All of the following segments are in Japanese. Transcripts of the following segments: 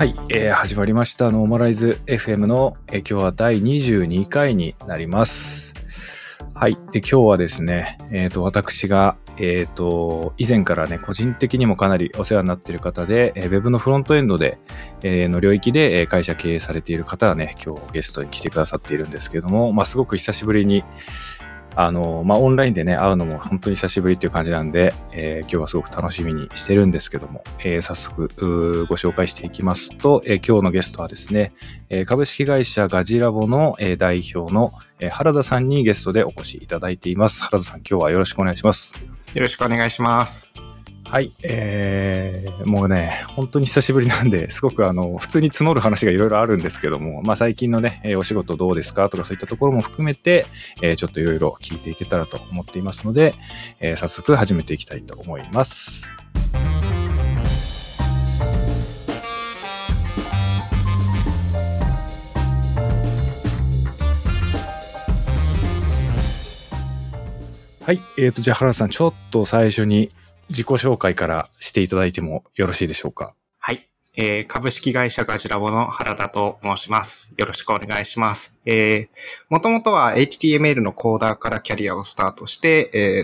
はい、始まりましたノーマライズ FM の、今日は第22回になります。はい。で、今日はですね、私が、以前からね、個人的にもかなりお世話になっている方で、ウェブのフロントエンドで、の領域で会社経営されている方がね、今日ゲストに来てくださっているんですけれども、すごく久しぶりに、オンラインでね、会うのも本当に久しぶりっていう感じなんで、今日はすごく楽しみにしてるんですけども、早速ご紹介していきますと、今日のゲストはですね、株式会社ガジラボの、代表の、原田さんにゲストでお越しいただいています。原田さん、今日はよろしくお願いします。 よろしくお願いします。 はい、もうね、本当に久しぶりなんで、すごく普通に募る話がいろいろあるんですけども、最近のね、お仕事どうですかとかそういったところも含めて、ちょっといろいろ聞いていけたらと思っていますので、早速始めていきたいと思います。はい、じゃあ原田さん、ちょっと最初に自己紹介からしていただいてもよろしいでしょうか。 はい。株式会社ガジラボの原田と申します。よろしくお願いします。もともとは HTML のコーダーからキャリアをスタートして、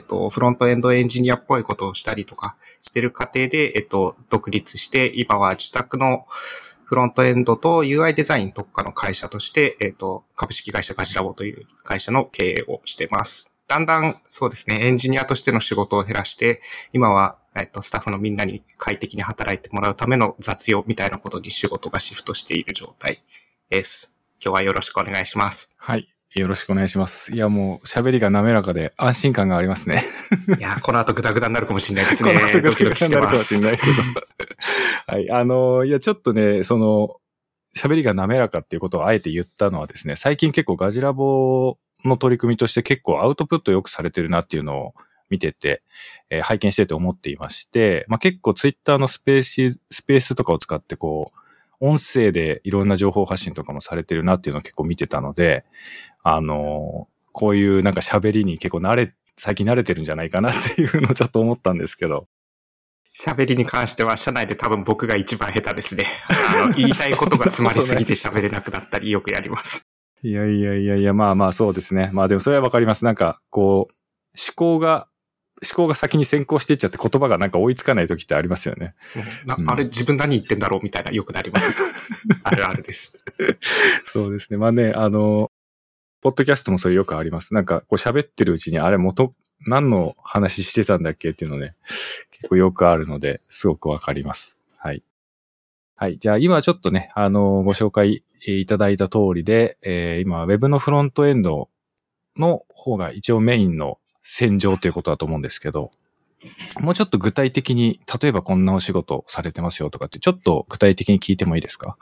フロントエンドエンジニアっぽいことをしたりとかしてる過程で、独立して、今は自宅のフロントエンドと UI デザイン特化の会社として、株式会社ガジラボという会社の経営をしています。だんだんそうですね、エンジニアとしての仕事を減らして、今は、スタッフのみんなに快適に働いてもらうための雑用みたいなことに仕事がシフトしている状態です。今日はよろしくお願いします。 はい。よろしくお願いします。いや、もう喋りが滑らかで安心感がありますね。 いや、この後グダグダになるかもしれないですね。 この後グダグダになるかもしれないけど。はい。いや、ちょっとね、喋りが滑らかっていうことをあえて言ったのはですね、最近結構ガジラボの取り組みとして結構アウトプットよくされてるなっていうのを見てて、拝見してて思っていまして、結構ツイッターのスペースとかを使って音声でいろんな情報発信とかもされてるなっていうのを結構見てたので、こういうなんか喋りに結構最近慣れてるんじゃないかなっていうのをちょっと思ったんですけど。 喋りに関しては社内で多分僕が一番下手ですね。言いたいことが詰まりすぎて喋れなくなったりよくやります。 いや、そうですね。でもそれはわかります。なんか、思考が先に先行していっちゃって言葉がなんか追いつかない時ってありますよね。 あれ自分何言ってんだろうみたいなよくなります。あるあるです。 そうですね。ポッドキャストもそれよくあります。なんか喋ってるうちにあれ何の話してたんだっけっていうのね、結構よくあるので、すごくわかります。はい。はい。じゃあ今ちょっとね、ご紹介いただいた通りで、今 Web のフロントエンドの方が一応メインの戦場ということだと思うんですけど、もうちょっと具体的に、例えばこんなお仕事されてますよとかって、ちょっと具体的に聞いてもいいですか？ はい。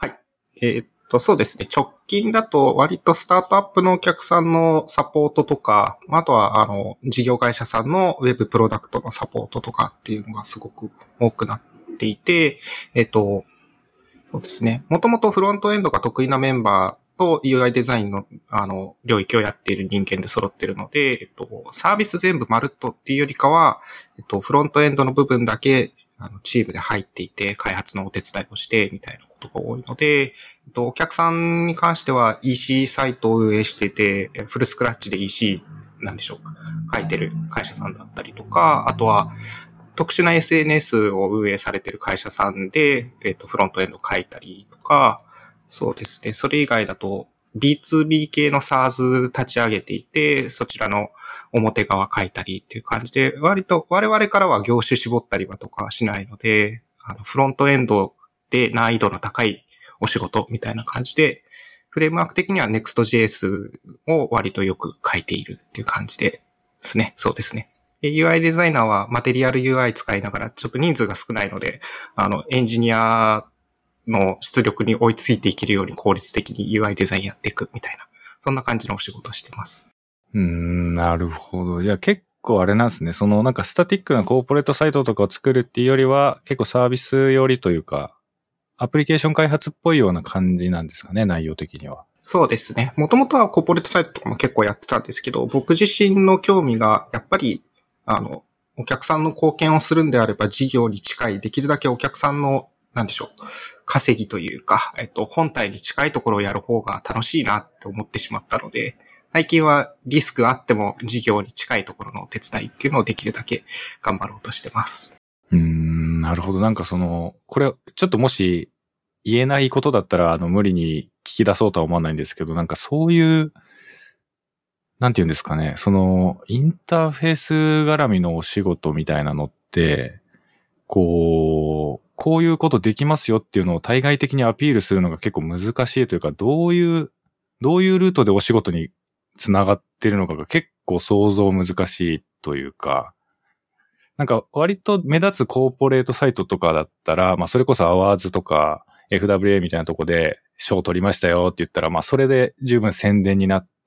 そうですね。直近だと割とスタートアップのお客さんのサポートとか、あとは事業会社さんのウェブプロダクトのサポートとかっていうのがすごく多くなっていて、そうですね。もともとフロントエンドが得意なメンバーと UI デザインの、領域をやっている人間で揃っているので、サービス全部まるっとっていうよりかは、フロントエンドの部分だけ、チームで入っていて、開発のお手伝いをして、みたいなことが多いので、お客さんに関しては EC サイトを運営していて、フルスクラッチで EC、なんでしょうか、書いてる会社さんだったりとか、あとは、特殊な SNS を運営されている会社さんで、フロントエンド書いたりとか、そうですね。それ以外だと B2B 系の SaaS 立ち上げていて、そちらの表側書いたりっていう感じで、割と我々からは業種絞ったりはとかはしないので、フロントエンドで難易度の高いお仕事みたいな感じで、フレームワーク的には Next.js を割とよく書いているっていう感じですね。そうですね。UI デザイナーはマテリアル UI 使いながらちょっと人数が少ないので、エンジニアの出力に追いついていけるように効率的に UI デザインやっていくみたいな、そんな感じのお仕事をしてます。 なるほど。じゃあ結構あれなんですね。なんかスタティックなコーポレートサイトとかを作るっていうよりは、結構サービス寄りというか、アプリケーション開発っぽいような感じなんですかね、内容的には。 そうですね。もともとはコーポレートサイトとかも結構やってたんですけど、僕自身の興味がやっぱりお客さんの貢献をするんであれば事業に近い、できるだけお客さんのなんでしょう、稼ぎというか、本体に近いところをやる方が楽しいなって思ってしまったので、最近はリスクあっても事業に近いところのお手伝いっていうのをできるだけ頑張ろうとしてます。 なるほど。なんかこれ、ちょっともし言えないことだったら、無理に聞き出そうとは思わないんですけど、なんかそういう、なんて言うんですかね、インターフェース絡みのお仕事みたいなのって、こういうことできますよっていうのを対外的にアピールするのが結構難しいというか、どういうルートでお仕事につながってるのかが結構想像難しいというか、なんか割と目立つコーポレートサイトとかだったら、まあそれこそアワーズとか FWA みたいなとこで賞を取りましたよって言ったら、まあそれで十分宣伝になって、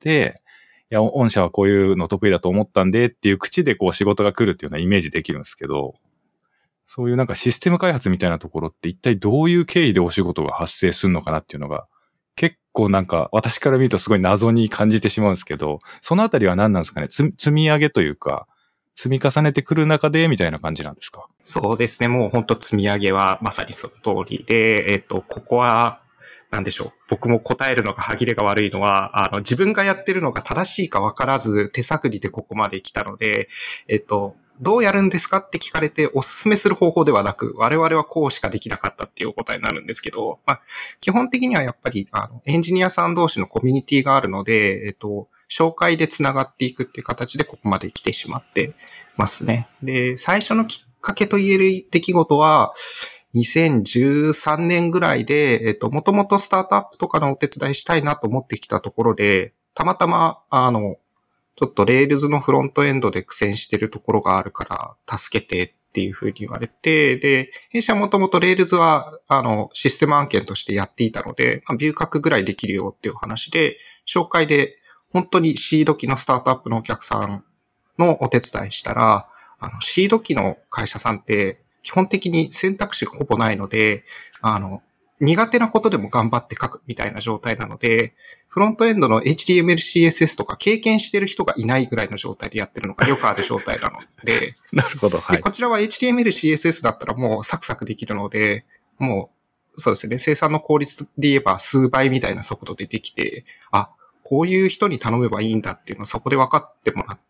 いや、御社はこういうの得意だと思ったんでっていう口でこう仕事が来るっていうのはイメージできるんですけど、そういうなんかシステム開発みたいなところって一体どういう経緯でお仕事が発生するのかなっていうのが結構なんか私から見るとすごい謎に感じてしまうんですけど、そのあたりは何なんですかね、積み上げというか、積み重ねてくる中でみたいな感じなんですか？ そうですね。もう本当積み上げはまさにその通りで、ここは、なんでしょう。僕も答えるのが歯切れが悪いのは、自分がやってるのが正しいか分からず手探りでここまで来たので、どうやるんですかって聞かれてお勧めする方法ではなく、我々はこうしかできなかったっていうお答えになるんですけど、まあ、基本的にはやっぱり、エンジニアさん同士のコミュニティがあるので、紹介でつながっていくっていう形でここまで来てしまってますね。で、最初のきっかけと言える出来事は、2013年ぐらいで、もともとスタートアップとかのお手伝いしたいなと思ってきたところで、たまたま、ちょっとレールズのフロントエンドで苦戦してるところがあるから助けてっていうふうに言われて、で、弊社もともとレールズは、システム案件としてやっていたので、ビュー格ぐらいできるよっていう話で、紹介で本当にシード機のスタートアップのお客さんのお手伝いしたら、シード機の会社さんって基本的に選択肢がほぼないので、苦手なことでも頑張って書くみたいな状態なので、フロントエンドの HTML、CSS とか経験してる人がいないぐらいの状態でやってるのがよくある状態なので、 なるほど、はい。 でこちらは HTML、CSS だったらもうサクサクできるので、もうそうですね、生産の効率で言えば数倍みたいな速度でできて、あ、こういう人に頼めばいいんだっていうのをそこで分かってもらって、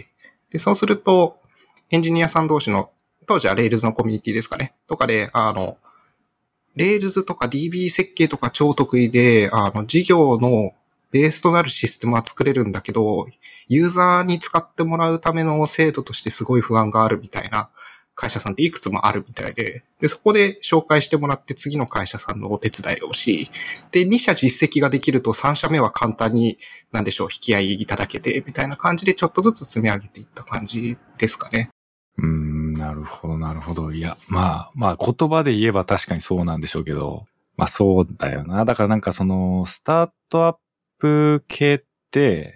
で、そうすると、エンジニアさん同士の、当時は Rails のコミュニティですかね、とかで、Rails とか DB 設計とか超得意で、事業のベースとなるシステムは作れるんだけど、ユーザーに使ってもらうための制度としてすごい不安があるみたいな会社さんっていくつもあるみたいで、で、そこで紹介してもらって次の会社さんのお手伝いをし、で、2社実績ができると3社目は簡単に、なんでしょう、引き合いいただけて、みたいな感じでちょっとずつ積み上げていった感じですかね。 なるほど、なるほど。いや、まあ、言葉で言えば確かにそうなんでしょうけど、まあそうだよな。だからなんかスタートアップ系って、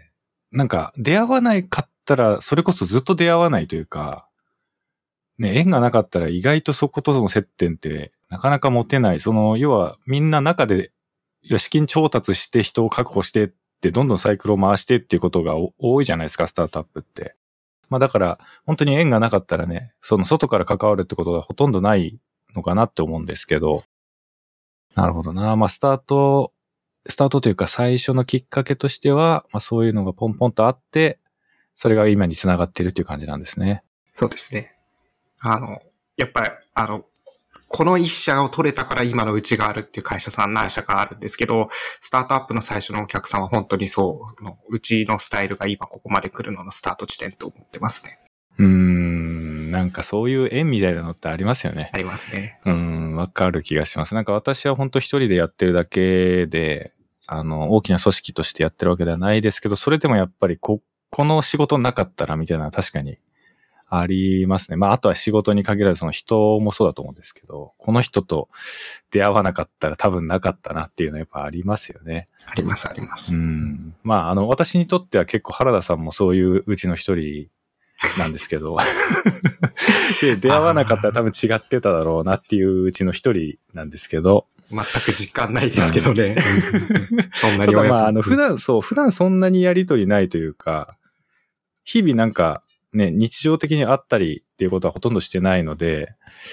なんか出会わないかったら、それこそずっと出会わないというか、ね、縁がなかったら意外とそことの接点ってなかなか持てない。要はみんな中で、資金調達して人を確保してって、どんどんサイクルを回してっていうことが多いじゃないですか、スタートアップって。まあだから、本当に縁がなかったらね、外から関わるってことがほとんどないのかなって思うんですけど、なるほどな。まあスタートというか最初のきっかけとしては、まあそういうのがポンポンとあって、それが今につながっているっていう感じなんですね。 そうですね。やっぱり、この一社を取れたから今のうちがあるっていう会社さん何社かあるんですけど、スタートアップの最初のお客さんは本当にうちのスタイルが今ここまで来るののスタート地点と思ってますね。 なんかそういう縁みたいなのってありますよね。 ありますね。 わかる気がします。なんか私は本当一人でやってるだけで、大きな組織としてやってるわけではないですけど、それでもやっぱりこの仕事なかったらみたいなのは確かにありますね。まあ、あとは仕事に限らず人もそうだと思うんですけど、この人と出会わなかったら多分なかったなっていうのはやっぱありますよね。 あります、あります。 まあ、私にとっては結構原田さんもそういううちの一人なんですけど、で、出会わなかったら多分違ってただろうなっていううちの一人なんですけど、 全く実感ないですけどね。そんなにただまあ、普段そんなにやりとりないというか、日々なんか、ね、日常的に会ったりっていうことはほとんどしてないので、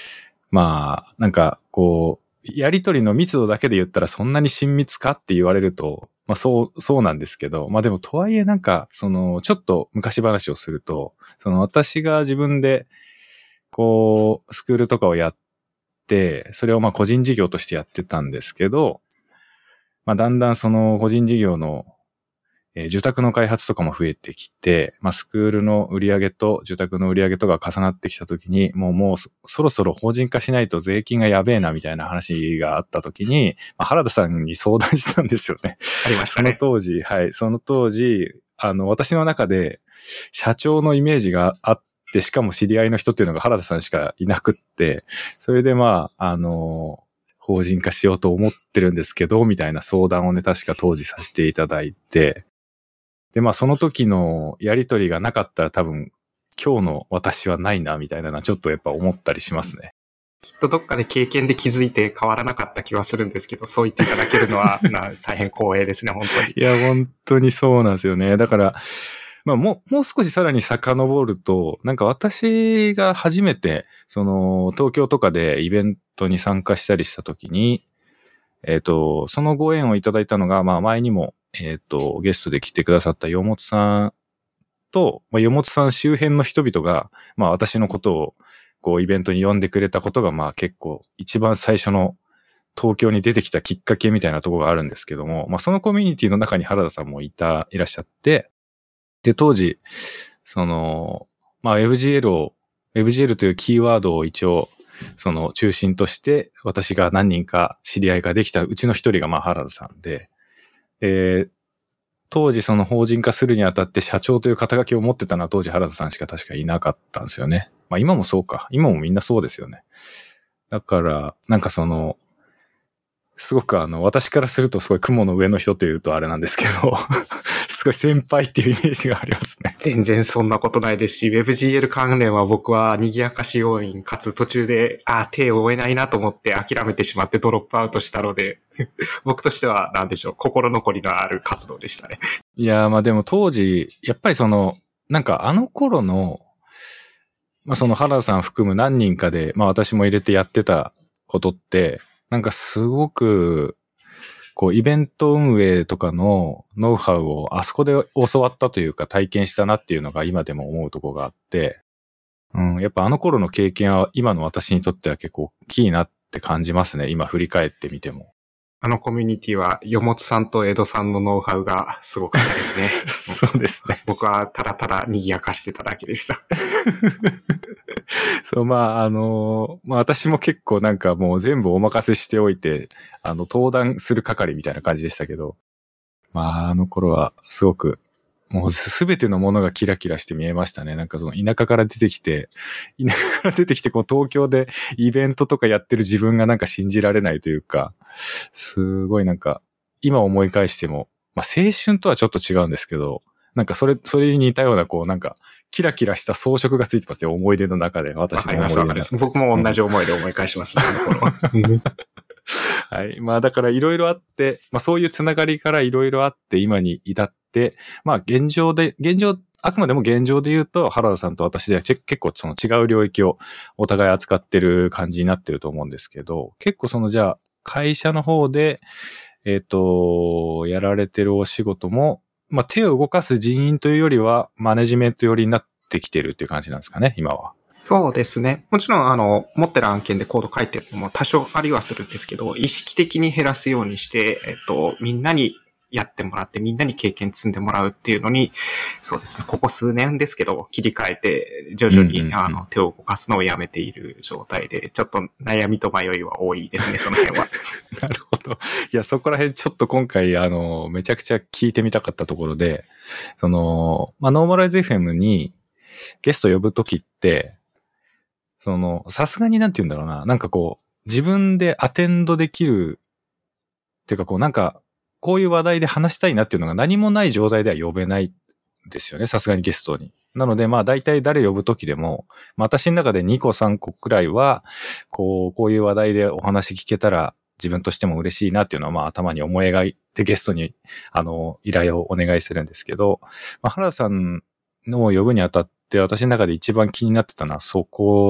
まあ、なんか、こう、やりとりの密度だけで言ったらそんなに親密かって言われると、まあそうなんですけど、まあでもとはいえなんか、ちょっと昔話をすると、私が自分で、こう、スクールとかをやって、それをまあ個人事業としてやってたんですけど、まあだんだんその個人事業の住宅の開発とかも増えてきて、まあ、スクールの売り上げと住宅の売り上げとか重なってきたときに、もうそろそろ法人化しないと税金がやべえなみたいな話があったときに、まあ、原田さんに相談したんですよね。 ありましたね。 その当時、私の中で社長のイメージがあって、しかも知り合いの人っていうのが原田さんしかいなくって、それでまあ、法人化しようと思ってるんですけど、みたいな相談をね、確か当時させていただいて、で、まあその時のやりとりがなかったら多分今日の私はないなみたいなのはちょっとやっぱ思ったりしますね。 きっとどっかで経験で気づいて変わらなかった気はするんですけど、そう言っていただけるのは大変光栄ですね、本当に。 いや、本当にそうなんですよね。だから、まあもう少しさらに遡ると、なんか私が初めて、東京とかでイベントに参加したりした時に、そのご縁をいただいたのが、まあ前にも、ゲストで来てくださったよもつさんと、まあ、よもつさん周辺の人々が、まあ私のことを、こうイベントに呼んでくれたことが、まあ結構一番最初の東京に出てきたきっかけみたいなところがあるんですけども、まあそのコミュニティの中に原田さんもいらっしゃって、で、当時、まあ WebGL というキーワードを一応、中心として、私が何人か知り合いができたうちの一人が、まあ原田さんで、当時その法人化するにあたって社長という肩書きを持ってたのは当時原田さんしか確かいなかったんですよね。まあ今もそうか。今もみんなそうですよね。だから、なんかすごく私からするとすごい雲の上の人というとあれなんですけど、すごい先輩っていうイメージがありますね。 全然そんなことないですし、WebGL 関連は僕は賑やかし要因かつ途中で、手を負えないなと思って諦めてしまってドロップアウトしたので、僕としては何でしょう、心残りのある活動でしたね。 いやー、まあでも当時、やっぱりなんかあの頃の、まあ原田さん含む何人かで、まあ私も入れてやってたことって、なんかすごく、こうイベント運営とかのノウハウをあそこで教わったというか体験したなっていうのが今でも思うところがあって、やっぱあの頃の経験は今の私にとっては結構大きいなって感じますね。今振り返ってみても。 あのコミュニティは、よもつさんと江戸さんのノウハウがすごかったですね。 そうですね。 僕はただただ賑やかしてただけでした。 そう、まあ、まあ私も結構なんかもう全部お任せしておいて、登壇する係みたいな感じでしたけど、まああの頃はすごく、もうすべてのものがキラキラして見えましたね。なんか田舎から出てきて、こう東京でイベントとかやってる自分がなんか信じられないというか、すごいなんか、今思い返しても、まあ青春とはちょっと違うんですけど、なんかそれに似たようなこうなんか、キラキラした装飾がついてますよ、思い出の中で。私の思い出の中で。 僕も同じ思いで思い返しますね、あの頃は。 はい。まあだからいろいろあって、まあそういうつながりからいろいろあって今に至って、まああくまでも現状で言うと原田さんと私では結構違う領域をお互い扱ってる感じになってると思うんですけど、結構じゃあ会社の方で、やられてるお仕事も、まあ手を動かす人員というよりはマネジメント寄りになってきてるっていう感じなんですかね、今は。 そうですね。もちろん、持ってる案件でコード書いてるのも多少ありはするんですけど、意識的に減らすようにして、みんなにやってもらって、みんなに経験積んでもらうっていうのに、そうですね。ここ数年ですけど、切り替えて、徐々に、手を動かすのをやめている状態で、ちょっと悩みと迷いは多いですね、その辺は。 なるほど。いや、そこら辺ちょっと今回、めちゃくちゃ聞いてみたかったところで、まあ、ノーマライズ FM にゲスト呼ぶときって、さすがになんて言うんだろうな。なんかこう、自分でアテンドできる、っていうかこうなんか、こういう話題で話したいなっていうのが何もない状態では呼べないんですよね。さすがにゲストに。なのでまあ大体誰呼ぶときでも、まあ、私の中で2個3個くらいは、こういう話題でお話聞けたら自分としても嬉しいなっていうのはまあ頭に思い描いてゲストに、依頼をお願いするんですけど、まあ、原田さんの呼ぶにあたって私の中で一番気になってたのはそこ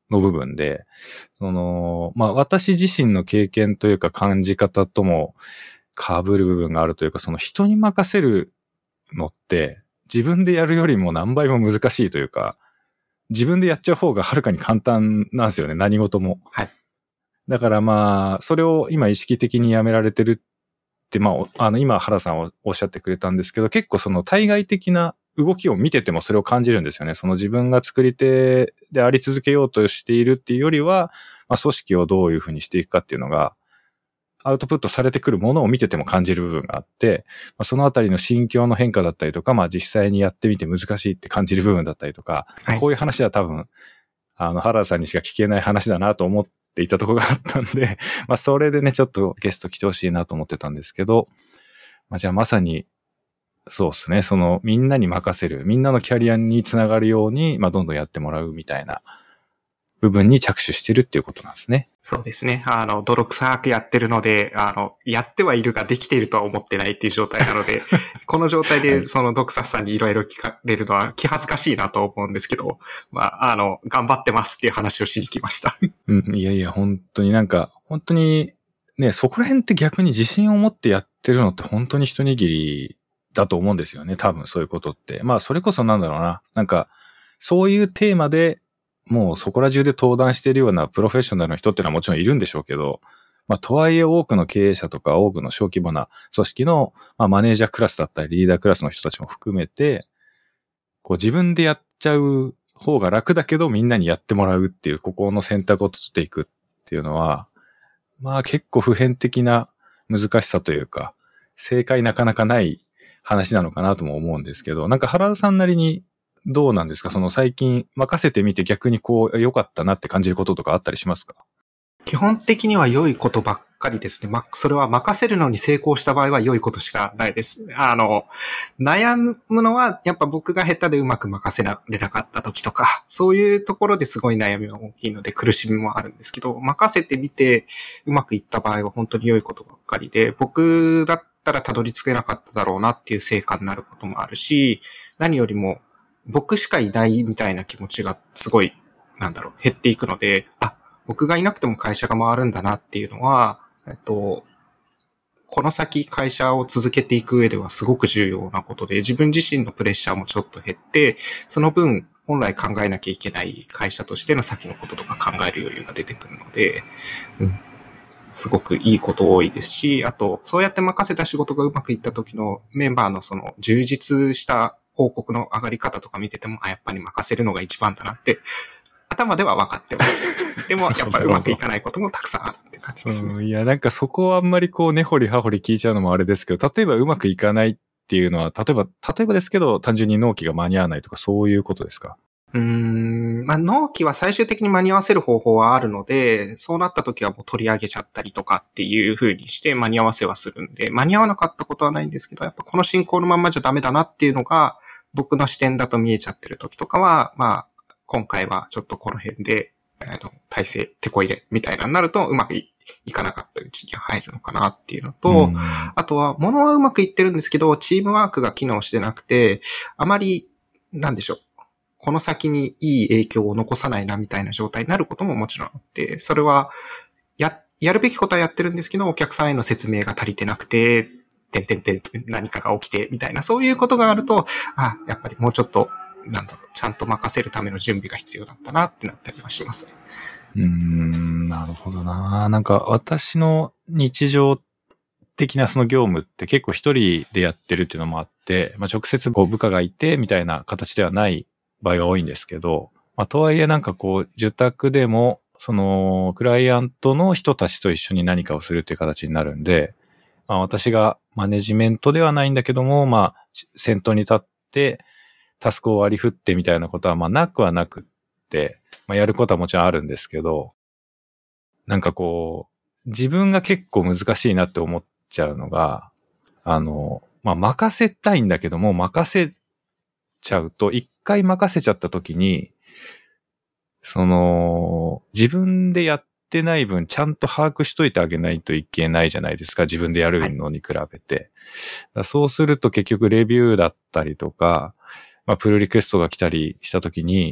の部分で、私自身の経験というか感じ方とも被る部分があるというか、その人に任せるのって自分でやるよりも何倍も難しいというか、自分でやっちゃう方がはるかに簡単なんですよね、何事も。 はい。 だからそれを今意識的にやめられてるって、今原さんはおっしゃってくれたんですけど、結構その対外的な動きを見ててもそれを感じるんですよね。その自分が作り手であり続けようとしているっていうよりは、組織をどういうふうにしていくかっていうのが、アウトプットされてくるものを見てても感じる部分があって、そのあたりの心境の変化だったりとか、実際にやってみて難しいって感じる部分だったりとか、 はい、 こういう話は多分、原田さんにしか聞けない話だなと思っていたところがあったんで、それでね、ちょっとゲスト来てほしいなと思ってたんですけど、じゃあまさに、そうですね、そのみんなに任せる、みんなのキャリアにつながるように、どんどんやってもらうみたいな部分に着手してるっていうことなんですね。 そうですね。泥臭くやってるので、やってはいるができているとは思ってないっていう状態なので、この状態でそのドクサスさんにいろいろ聞かれるのは気恥ずかしいなと思うんですけど、頑張ってますっていう話をしに来ました。 いやいや、本当に本当にね、そこら辺って逆に自信を持ってやってるのって本当に一握りだと思うんですよね。多分そういうことって。それこそそういうテーマでもうそこら中で登壇しているようなプロフェッショナルの人ってのはもちろんいるんでしょうけど、とはいえ多くの経営者とか多くの小規模な組織の、マネージャークラスだったりリーダークラスの人たちも含めて、自分でやっちゃう方が楽だけどみんなにやってもらうっていうここの選択を取っていくっていうのは、結構普遍的な難しさというか、正解なかなかない話なのかなとも思うんですけど、原田さんなりにどうなんですか？その最近任せてみて逆に良かったなって感じることとかあったりしますか？ 基本的には良いことばっかりですね。それは任せるのに成功した場合は良いことしかないです。悩むのはやっぱ僕が下手でうまく任せられなかった時とか、そういうところですごい悩みが大きいので苦しみもあるんですけど、任せてみてうまくいった場合は本当に良いことばっかりで、僕だったらたどり着けなかっただろうなっていう成果になることもあるし、何よりも僕しかいないみたいな気持ちがすごい、減っていくので、僕がいなくても会社が回るんだなっていうのは、この先会社を続けていく上ではすごく重要なことで、自分自身のプレッシャーもちょっと減って、その分本来考えなきゃいけない会社としての先のこととか考える余裕が出てくるので、すごくいいこと多いですし、あと、そうやって任せた仕事がうまくいった時のメンバーのその充実した報告の上がり方とか見てても、やっぱり任せるのが一番だなって頭では分かってます。でもやっぱりうまくいかないこともたくさんあるって感じですね。 いや、そこはあんまり根掘り葉掘り聞いちゃうのもあれですけど、例えばうまくいかないっていうのは、例えばですけど、単純に納期が間に合わないとかそういうことですか？ 納期は最終的に間に合わせる方法はあるので、そうなった時はもう取り上げちゃったりとかっていう風にして間に合わせはするんで、間に合わなかったことはないんですけど、やっぱこの進行のまんまじゃダメだなっていうのが、僕の視点だと見えちゃってる時とかは、今回はちょっとこの辺で、体制、手こ入れみたいなになるとうまくいかなかったうちに入るのかなっていうのと、あとは物はうまくいってるんですけど、チームワークが機能してなくて、あまり、この先にいい影響を残さないなみたいな状態になることももちろんあって、それはやるべきことはやってるんですけど、お客さんへの説明が足りてなくて、何かが起きてみたいな、そういうことがあると、やっぱりもうちょっと、ちゃんと任せるための準備が必要だったなってなったりはします。 なるほどな。私の日常的なその業務って結構一人でやってるっていうのもあって、直接部下がいてみたいな形ではない場合が多いんですけど、とはいえ受託でも、その、クライアントの人たちと一緒に何かをするっていう形になるんで、私がマネジメントではないんだけども、先頭に立って、タスクを割り振ってみたいなことは、なくはなくって、やることはもちろんあるんですけど、自分が結構難しいなって思っちゃうのが、任せたいんだけども、任せちゃうと、一回任せちゃった時に、自分でやってない分、ちゃんと把握しといてあげないといけないじゃないですか。自分でやるのに比べて。そうすると結局レビューだったりとか、プルリクエストが来たりした時に、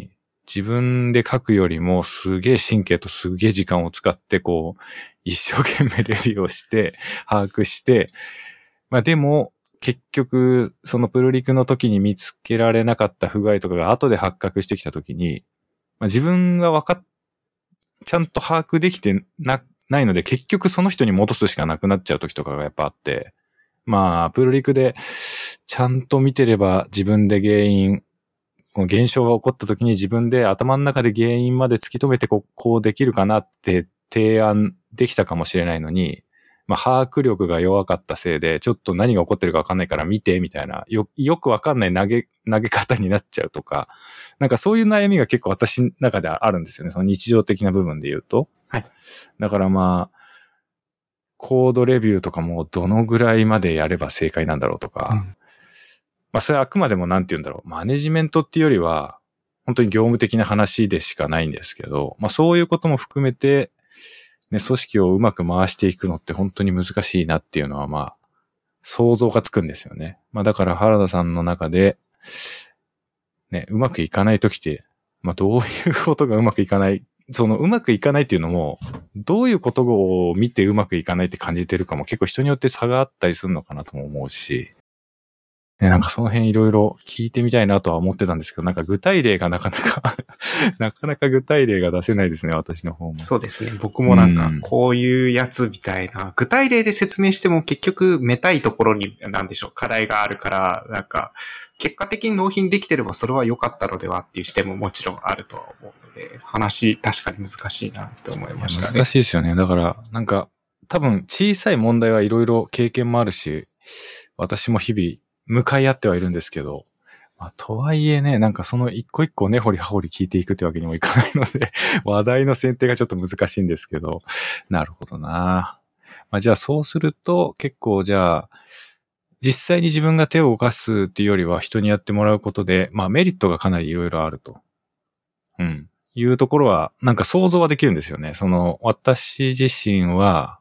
自分で書くよりもすげえ神経とすげえ時間を使ってこう、一生懸命レビューをして、把握して、まあでも、結局、そのプルリクの時に見つけられなかった不具合とかが後で発覚してきた時に、まあ、自分がちゃんと把握できてないので、結局その人に戻すしかなくなっちゃう時とかがやっぱあって、まあ、プルリクでちゃんと見てれば自分でこの現象が起こった時に自分で頭の中で原因まで突き止めてこうできるかなって提案できたかもしれないのに、まあ、把握力が弱かったせいで、ちょっと何が起こってるか分かんないから見て、みたいな、よく分かんない投げ方になっちゃうとか、なんかそういう悩みが結構私の中であるんですよね。その日常的な部分で言うと。 はい。 だからまあ、コードレビューとかもどのぐらいまでやれば正解なんだろうとか、まあそれはあくまでもなんて言うんだろう、マネジメントっていうよりは、本当に業務的な話でしかないんですけど、まあそういうことも含めて、ね、組織をうまく回していくのって本当に難しいなっていうのはまあ、想像がつくんですよね。まあだから原田さんの中で、ね、うまくいかないときって、まあどういうことがうまくいかない、そのうまくいかないっていうのも、どういうことを見てうまくいかないって感じてるかも結構人によって差があったりするのかなとも思うし、ね、なんかその辺いろいろ聞いてみたいなとは思ってたんですけど、なんか具体例がなかなかなかなか具体例が出せないですね、私の方も。 そうですね。僕もなんか、こういうやつみたいな、具体例で説明しても結局、めたいところに、なんでしょう、課題があるから、なんか、結果的に納品できてればそれは良かったのではっていう視点ももちろんあるとは思うので、話、確かに難しいなって思いましたね。 難しいですよね。だから、なんか、多分小さい問題はいろいろ経験もあるし、私も日々向かい合ってはいるんですけど、まあ、とはいえね、なんかその一個一個根掘り葉掘り聞いていくってわけにもいかないので、話題の選定がちょっと難しいんですけど、なるほどな。まあ、じゃあそうすると結構じゃあ、実際に自分が手を動かすっていうよりは人にやってもらうことで、まあメリットがかなりいろいろあると。うん。いうところは、なんか想像はできるんですよね。その、私自身は、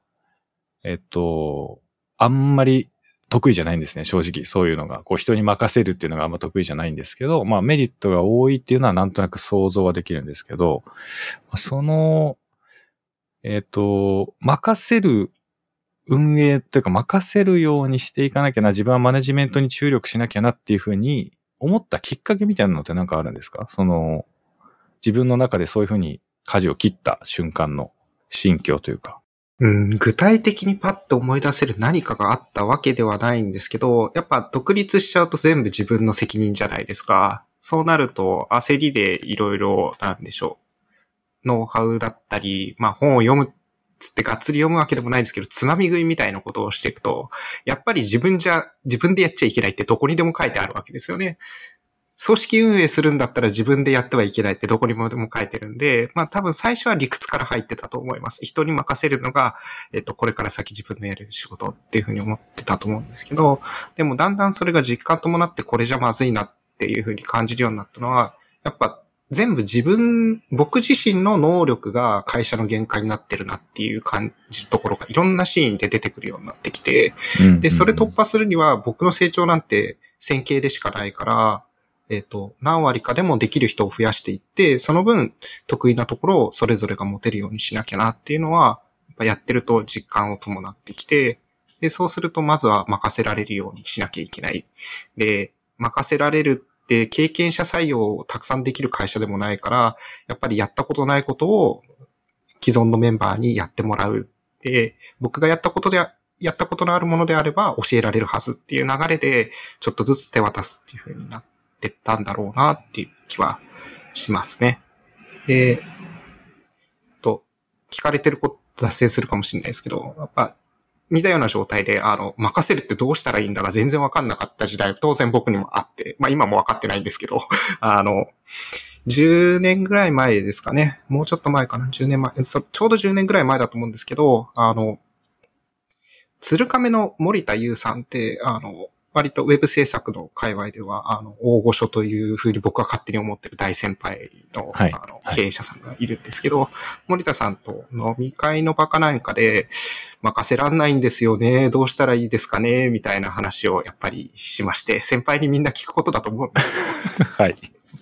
あんまり得意じゃないんですね、正直。そういうのが。こう人に任せるっていうのがあんま得意じゃないんですけど、まあメリットが多いっていうのはなんとなく想像はできるんですけど、その、任せる運営というか任せるようにしていかなきゃな、自分はマネジメントに注力しなきゃなっていうふうに思ったきっかけみたいなのってなんかあるんですか？その、自分の中でそういうふうに舵を切った瞬間の心境というか。 具体的にパッと思い出せる何かがあったわけではないんですけど、やっぱ独立しちゃうと全部自分の責任じゃないですか。そうなると焦りでいろいろなんでしょう。ノウハウだったり、まあ本を読むつってがっつり読むわけでもないですけど、つまみ食いみたいなことをしていくと、やっぱり自分でやっちゃいけないってどこにでも書いてあるわけですよね。組織運営するんだったら自分でやってはいけないってどこにもでも書いてるんで、まあ多分最初は理屈から入ってたと思います。人に任せるのが、これから先自分のやれる仕事っていうふうに思ってたと思うんですけど、でもだんだんそれが実感伴ってこれじゃまずいなっていうふうに感じるようになったのは、やっぱ全部僕自身の能力が会社の限界になってるなっていう感じるところがいろんなシーンで出てくるようになってきて、で、それ突破するには僕の成長なんて線形でしかないから、何割かでもできる人を増やしていって、その分得意なところをそれぞれが持てるようにしなきゃなっていうのは、やっぱやってると実感を伴ってきて、で、そうするとまずは任せられるようにしなきゃいけない。で、任せられるって経験者採用をたくさんできる会社でもないから、やっぱりやったことないことを既存のメンバーにやってもらう。で、僕がやったことのあるものであれば教えられるはずっていう流れで、ちょっとずつ手渡すっていう風になってったんだろうなっていう気はしますね。で、聞かれてること脱線するかもしれないですけど、やっぱ似たような状態で、任せるってどうしたらいいんだか全然わかんなかった時代、当然僕にもあって、まあ今もわかってないんですけど、10年ぐらい前ですかね。もうちょっと前かな。10年前。ちょうど10年ぐらい前だと思うんですけど、鶴亀の森田優さんって、割とウェブ制作の界隈では、大御所というふうに僕は勝手に思ってる大先輩の、 はい、 経営者さんがいるんですけど、森田さんと飲み会の場かなんかで、任せらんないんですよね、どうしたらいいですかね、みたいな話をやっぱりしまして、先輩にみんな聞くことだと思うんですけど、 はい。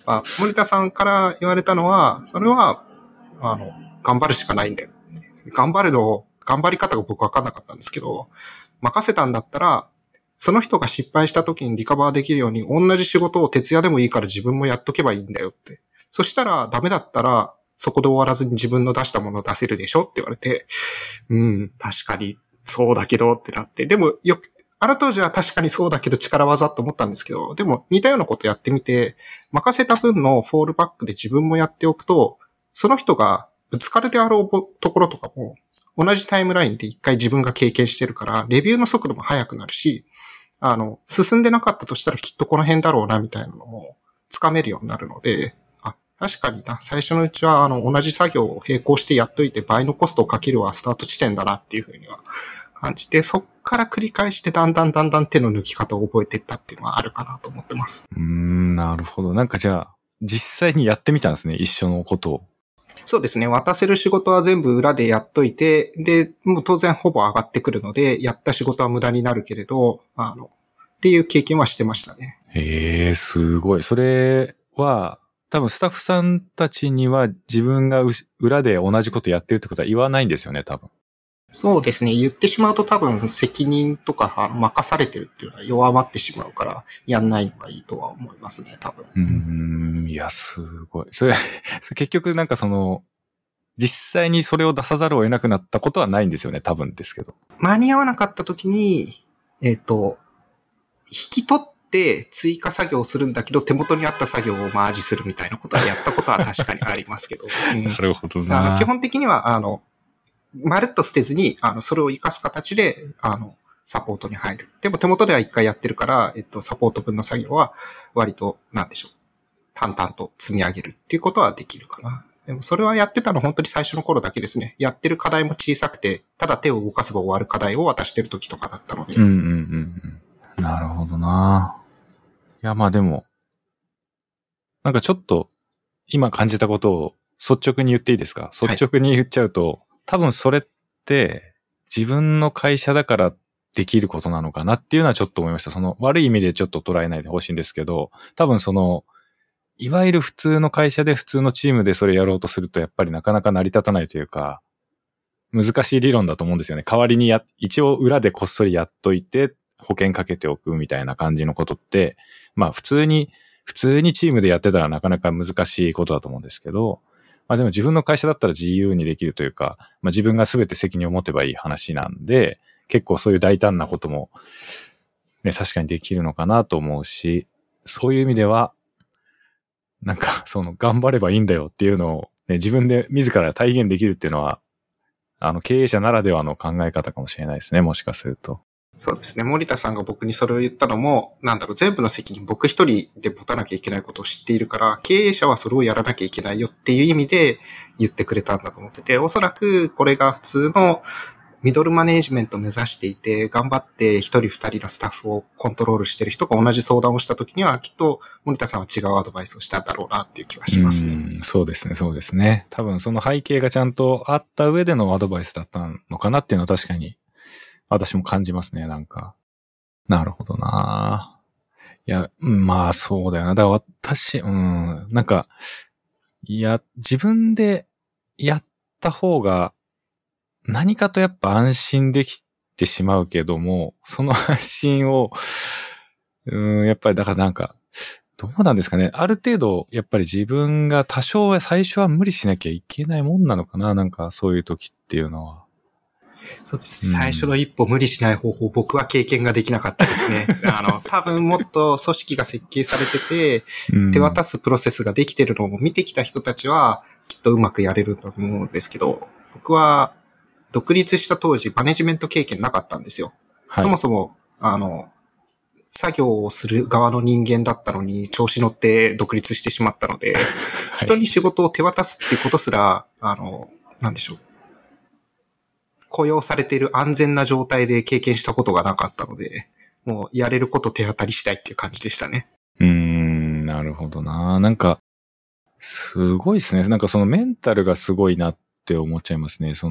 森田さんから言われたのは、それは、頑張るしかないんだよ。頑張り方が僕わかんなかったんですけど、任せたんだったら、その人が失敗した時にリカバーできるように、同じ仕事を徹夜でもいいから自分もやっとけばいいんだよって。そしたら、ダメだったら、そこで終わらずに自分の出したものを出せるでしょって言われて、確かに、そうだけどってなって。でも、あの当時は確かにそうだけど力技と思ったんですけど、でも似たようなことやってみて、任せた分のフォールバックで自分もやっておくと、その人がぶつかるであろうところとかも、同じタイムラインで一回自分が経験してるから、レビューの速度も速くなるし、進んでなかったとしたらきっとこの辺だろうなみたいなのもつかめるようになるので、確かにな、最初のうちは同じ作業を並行してやっといて倍のコストをかけるはスタート地点だなっていうふうには感じて、そっから繰り返してだんだん手の抜き方を覚えていったっていうのはあるかなと思ってます。 なるほど。なんかじゃあ、実際にやってみたんですね、一緒のことを。 そうですね。渡せる仕事は全部裏でやっといて、で、もう当然ほぼ上がってくるので、やった仕事は無駄になるけれど、っていう経験はしてましたね。 すごい。それは、多分スタッフさんたちには自分が裏で同じことやってるってことは言わないんですよね、多分。 そうですね。言ってしまうと多分責任とか任されてるっていうのは弱まってしまうから、やんないのがいいとは思いますね、多分。 いや、すごい。それ結局なんか実際にそれを出さざるを得なくなったことはないんですよね、多分ですけど。 間に合わなかった時に、引き取って追加作業をするんだけど、手元にあった作業をマージするみたいなことはやったことは確かにありますけど。 なるほどな。 基本的には、まるっと捨てずに、それを活かす形で、サポートに入る。でも手元では一回やってるから、サポート分の作業は割と、なんでしょう。淡々と積み上げるっていうことはできるかな。でもそれはやってたの本当に最初の頃だけですね。やってる課題も小さくて、ただ手を動かせば終わる課題を渡してる時とかだったので。 なるほどな。いや、まあでも、なんかちょっと、今感じたことを率直に言っていいですか？率直に言っちゃうと、はい、多分それって自分の会社だからできることなのかなっていうのはちょっと思いました。悪い意味でちょっと捉えないでほしいんですけど、多分いわゆる普通の会社で普通のチームでそれやろうとするとやっぱりなかなか成り立たないというか、難しい理論だと思うんですよね。代わりに一応裏でこっそりやっといて保険かけておくみたいな感じのことって、まあ普通にチームでやってたらなかなか難しいことだと思うんですけど、まあでも自分の会社だったら自由にできるというか、まあ自分が全て責任を持てばいい話なんで、結構そういう大胆なこともね、確かにできるのかなと思うし、そういう意味では、なんか頑張ればいいんだよっていうのを、ね、自分で自ら体現できるっていうのは、経営者ならではの考え方かもしれないですね、もしかすると。 そうですね。森田さんが僕にそれを言ったのも、全部の責任僕一人で持たなきゃいけないことを知っているから、経営者はそれをやらなきゃいけないよっていう意味で言ってくれたんだと思ってて、おそらくこれが普通のミドルマネージメントを目指していて、頑張って一人二人のスタッフをコントロールしている人が同じ相談をしたときには、きっと森田さんは違うアドバイスをしたんだろうなっていう気はしますね。 そうですね、そうですね。多分その背景がちゃんとあった上でのアドバイスだったのかなっていうのは確かに私も感じますね、なんか。なるほどな。いや、まあそうだよな。だからなんか、自分でやった方が何かとやっぱ安心できてしまうけども、その安心を、やっぱりだからなんか、どうなんですかね。ある程度、やっぱり自分が多少は最初は無理しなきゃいけないもんなのかな。なんかそういう時っていうのは。 そうです。最初の一歩無理しない方法、僕は経験ができなかったですね。多分もっと組織が設計されてて、手渡すプロセスができてるのを見てきた人たちは、きっとうまくやれると思うんですけど、僕は独立した当時、マネジメント経験なかったんですよ。はい、そもそも、作業をする側の人間だったのに、調子乗って独立してしまったので、はい、人に仕事を手渡すっていうことすら、なんでしょう。雇用されている安全な状態で経験したことがなかったので、もうやれること手当たりしたいっていう感じでしたね。 なるほどな。なんか、すごいですね。なんかそのメンタルがすごいなって思っちゃいますね。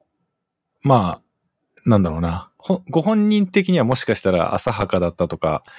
まあ、なんだろうな。ご本人的にはもしかしたら浅はかだったとか、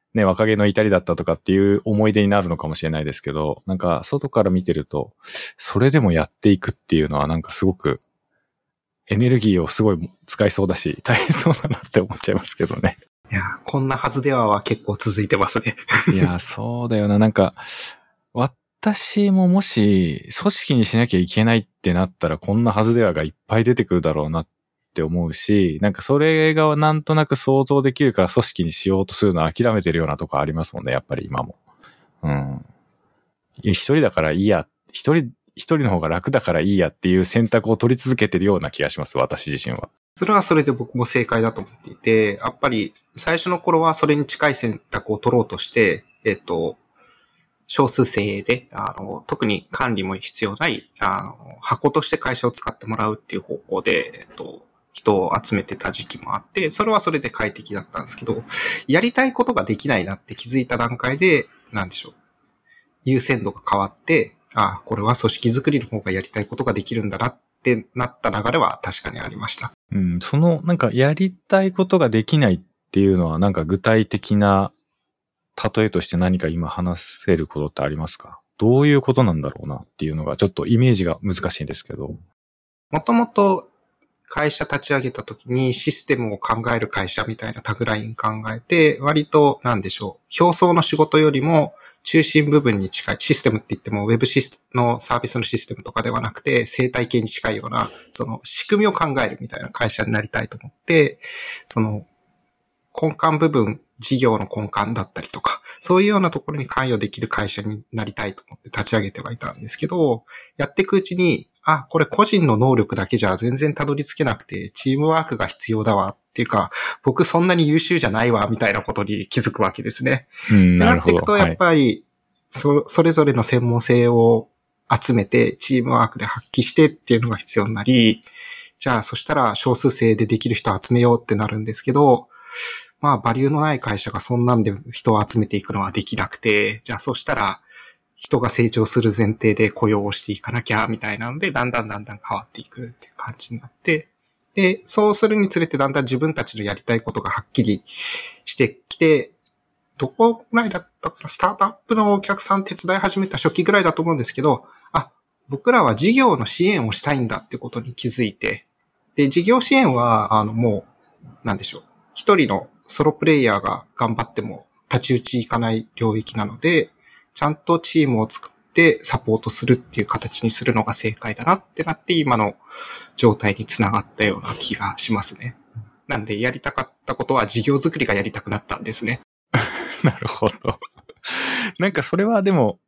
ね、若気の至りだったとかっていう思い出になるのかもしれないですけど、なんか外から見てると、それでもやっていくっていうのはなんかすごくエネルギーをすごい使いそうだし、大変そうだなって思っちゃいますけどね。 いや、こんなはずでは結構続いてますね。 いや、そうだよな。なんか、私ももし組織にしなきゃいけないってなったらこんなはずではがいっぱい出てくるだろうなって思うし、なんかそれがなんとなく想像できるから組織にしようとするのは諦めてるようなとこありますもんね、やっぱり今も。うん。一人だからいいや、一人の方が楽だからいいやっていう選択を取り続けてるような気がします、私自身は。 それはそれで僕も正解だと思っていて、やっぱり最初の頃はそれに近い選択を取ろうとして、少数精鋭で、特に管理も必要ない、箱として会社を使ってもらうっていう方向で、人を集めてた時期もあって、それはそれで快適だったんですけど、やりたいことができないなって気づいた段階で、なんでしょう。優先度が変わって、これは組織づくりの方がやりたいことができるんだなってなった流れは確かにありました。 うん、その、なんかやりたいことができないっていうのは、なんか具体的な例えとして何か今話せることってありますか？どういうことなんだろうなっていうのがちょっとイメージが難しいんですけど。 もともと会社立ち上げた時にシステムを考える会社みたいなタグライン考えて、割となんでしょう、表層の仕事よりも中心部分に近い、システムって言ってもウェブのサービスのシステムとかではなくて生態系に近いような、その仕組みを考えるみたいな会社になりたいと思って、その根幹部分、事業の根幹だったりとか、そういうようなところに関与できる会社になりたいと思って立ち上げてはいたんですけど、やっていくうちに、これ個人の能力だけじゃ全然たどり着けなくて、チームワークが必要だわっていうか、僕そんなに優秀じゃないわみたいなことに気づくわけですね。 なるほど。 っていくと、やっぱり、それぞれの専門性を集めて、チームワークで発揮してっていうのが必要になり、じゃあそしたら少数生でできる人を集めようってなるんですけど、まあ、バリューのない会社がそんなんで人を集めていくのはできなくて、じゃあそしたら、人が成長する前提で雇用をしていかなきゃ、みたいなので、だんだん変わっていくっていう感じになって、で、そうするにつれてだんだん自分たちのやりたいことがはっきりしてきて、どこぐらいだったかな、スタートアップのお客さん手伝い始めた初期ぐらいだと思うんですけど、僕らは事業の支援をしたいんだってことに気づいて、で、事業支援は、もう、なんでしょう。一人のソロプレイヤーが頑張っても立ち打ちいかない領域なので、ちゃんとチームを作ってサポートするっていう形にするのが正解だなってなって今の状態につながったような気がしますね。なんでやりたかったことは事業作りがやりたくなったんですね。 なるほど。なんかそれはでも、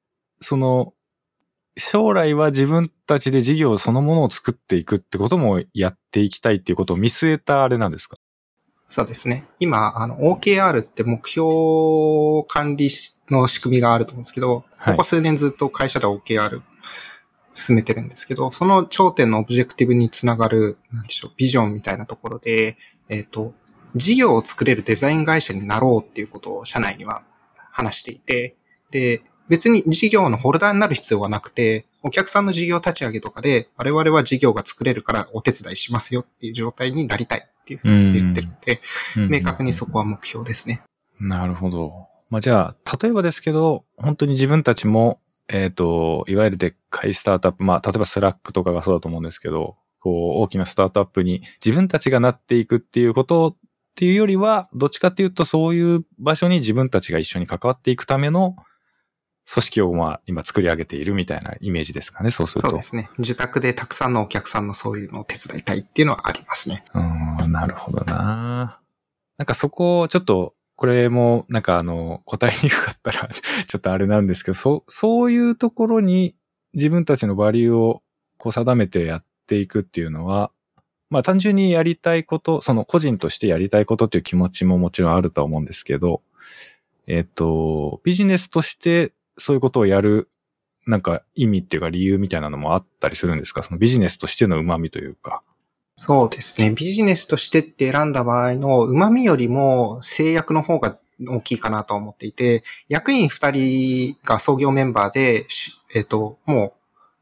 将来は自分たちで事業そのものを作っていくってこともやっていきたいっていうことを見据えたあれなんですか？ そうですね。今、OKR って目標管理の仕組みがあると思うんですけど、ここ数年ずっと会社で OKR 進めてるんですけど、その頂点のオブジェクティブにつながる、なんでしょう、ビジョンみたいなところで、事業を作れるデザイン会社になろうっていうことを社内には話していて、で、別に事業のホルダーになる必要はなくて、お客さんの事業立ち上げとかで、我々は事業が作れるからお手伝いしますよっていう状態になりたいっていうふうに言ってるので、明確にそこは目標ですね。 なるほど。まあ、じゃあ、例えばですけど、本当に自分たちも、いわゆるでっかいスタートアップ、まあ、例えばスラックとかがそうだと思うんですけど、こう、大きなスタートアップに自分たちがなっていくっていうことっていうよりは、どっちかっていうとそういう場所に自分たちが一緒に関わっていくための組織をまあ今作り上げているみたいなイメージですかね、そうすると。 そうですね。受託でたくさんのお客さんのそういうのを手伝いたいっていうのはありますね。 なるほどな。なんかそこ、ちょっと、これもなんか答えにくかったらちょっとあれなんですけど、そういうところに自分たちのバリューをこう定めてやっていくっていうのは、まあ単純にやりたいこと、その個人としてやりたいことっていう気持ちももちろんあるとは思うんですけど、ビジネスとしてそういうことをやるなんか意味っていうか理由みたいなのもあったりするんですか？そのビジネスとしての旨味というか。 そうですね。ビジネスとしてって選んだ場合の旨味よりも制約の方が大きいかなと思っていて、役員2人が創業メンバーで、もう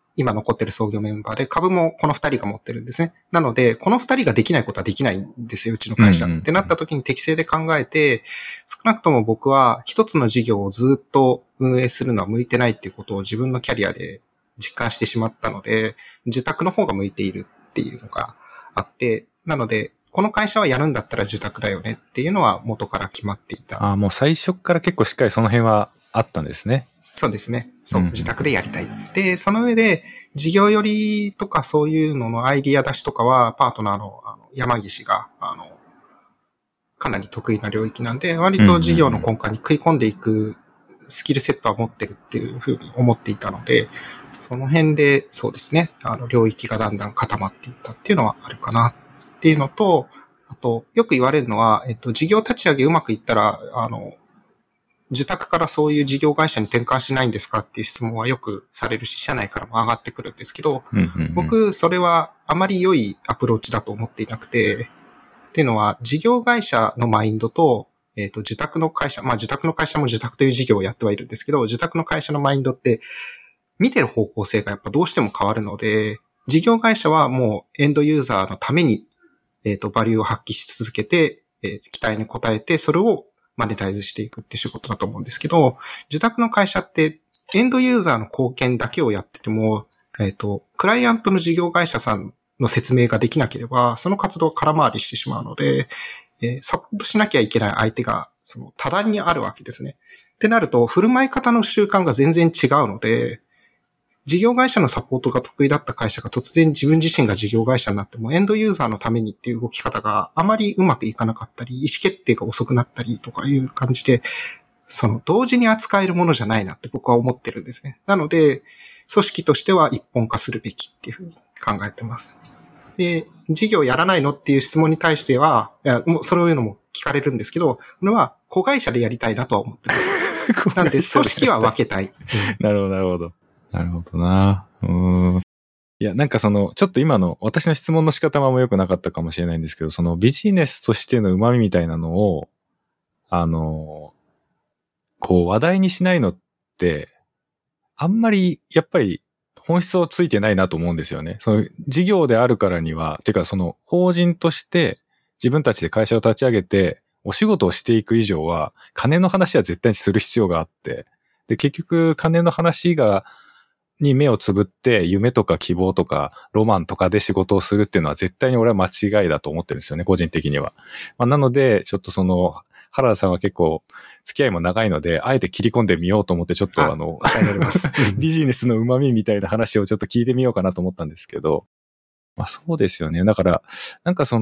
今残ってる創業メンバーで、株もこの2人が持ってるんですね。なので、この2人ができないことはできないんですよ、うちの会社。ってなった時に適正で考えて、少なくとも僕は一つの事業をずっと運営するのは向いてないっていうことを自分のキャリアで実感してしまったので、受託の方が向いているっていうのがあって、なので、この会社はやるんだったら受託だよねっていうのは元から決まっていた。 ああ、もう最初から結構しっかりその辺はあったんですね。 そうですね。そう、受託でやりたい。で、その上で、事業寄りとかそういうののアイディア出しとかは、パートナーの山岸が、かなり得意な領域なんで、割と事業の根幹に食い込んでいくスキルセットは持ってるっていうふうに思っていたので、その辺で、そうですね、領域がだんだん固まっていったっていうのはあるかなっていうのと、あと、よく言われるのは、事業立ち上げうまくいったら、受託からそういう事業会社に転換しないんですかっていう質問はよくされるし、社内からも上がってくるんですけど、僕、それはあまり良いアプローチだと思っていなくて、っていうのは、事業会社のマインドと、受託の会社、まあ受託の会社も受託という事業をやってはいるんですけど、受託の会社のマインドって、見てる方向性がやっぱどうしても変わるので、事業会社はもうエンドユーザーのために、バリューを発揮し続けて、期待に応えて、それをマネタイズしていくって仕事だと思うんですけど、受託の会社ってエンドユーザーの貢献だけをやってても、クライアントの事業会社さんの説明ができなければ、その活動を空回りしてしまうので、サポートしなきゃいけない相手がその多段にあるわけですね。ってなると、振る舞い方の習慣が全然違うので、事業会社のサポートが得意だった会社が突然自分自身が事業会社になってもエンドユーザーのためにっていう動き方があまりうまくいかなかったり、意思決定が遅くなったりとかいう感じで、その同時に扱えるものじゃないなって僕は思ってるんですね。なので、組織としては一本化するべきっていうふうに考えてます。で、事業やらないのっていう質問に対しては、もうそういうのも聞かれるんですけど、これは子会社でやりたいなとは思ってます。なんで組織は分けたい。 なるほど、なるほど。なるほどな。いや、なんかちょっと今の私の質問の仕方も良くなかったかもしれないんですけど、そのビジネスとしての旨味みたいなのを、こう話題にしないのって、あんまり、やっぱり本質をついてないなと思うんですよね。その事業であるからには、てかその法人として自分たちで会社を立ち上げて、お仕事をしていく以上は、金の話は絶対にする必要があって、で、結局金の話に目をつぶって夢とか希望とかロマンとかで仕事をするっていうのは絶対に俺は間違いだと思ってるんですよね、個人的には。なので、ちょっと原田さんは結構付き合いも長いので、あえて切り込んでみようと思ってちょっとビジネスの旨味みたいな話をちょっと聞いてみようかなと思ったんですけど、そうですよね。だから、なんか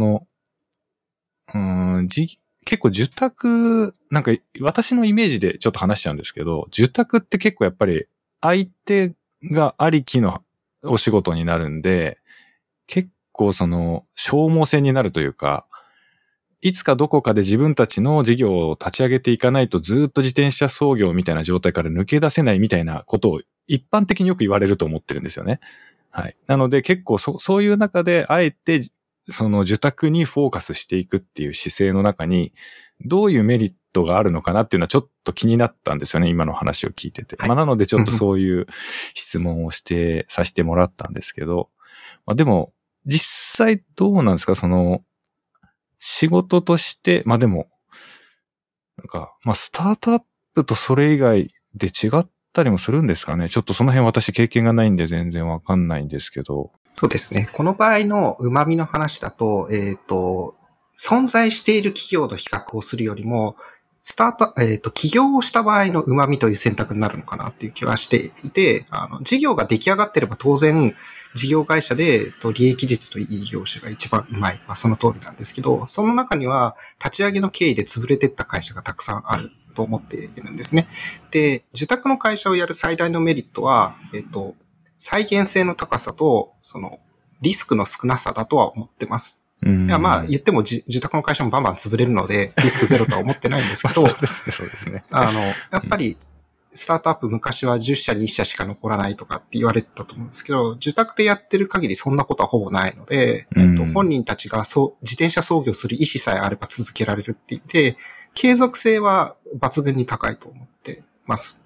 結構受託、なんか私のイメージでちょっと話しちゃうんですけど、受託って結構やっぱり相手がありきのお仕事になるんで、結構消耗戦になるというか、いつかどこかで自分たちの事業を立ち上げていかないとずっと自転車操業みたいな状態から抜け出せないみたいなことを一般的によく言われると思ってるんですよね。はい。なので結構そういう中であえて受託にフォーカスしていくっていう姿勢の中にどういうメリットがあるのかなっていうのはちょっと気になったんですよね。今の話を聞いてて。はい、なのでちょっとそういう質問をさせてもらったんですけど、でも実際どうなんですか仕事として、でも、スタートアップとそれ以外で違ったりもするんですかね。ちょっとその辺私経験がないんで全然わかんないんですけど。 そうですね。この場合の旨味の話だと、存在している企業と比較をするよりも、起業をした場合の旨味という選択になるのかなっていう気はしていて、事業が出来上がってれば当然、事業会社で利益率といい業種が一番うまい。その通りなんですけど、その中には立ち上げの経緯で潰れていった会社がたくさんあると思っているんですね。で、受託の会社をやる最大のメリットは、再現性の高さと、リスクの少なさだとは思ってます。いや言っても受託の会社もバンバン潰れるので、リスクゼロとは思ってないんですけど、 そうですね。 やっぱり、スタートアップ昔は10社、20社しか残らないとかって言われてたと思うんですけど、受託でやってる限りそんなことはほぼないので、本人たちが自転車操業する意思さえあれば続けられるって言って、継続性は抜群に高いと思ってます。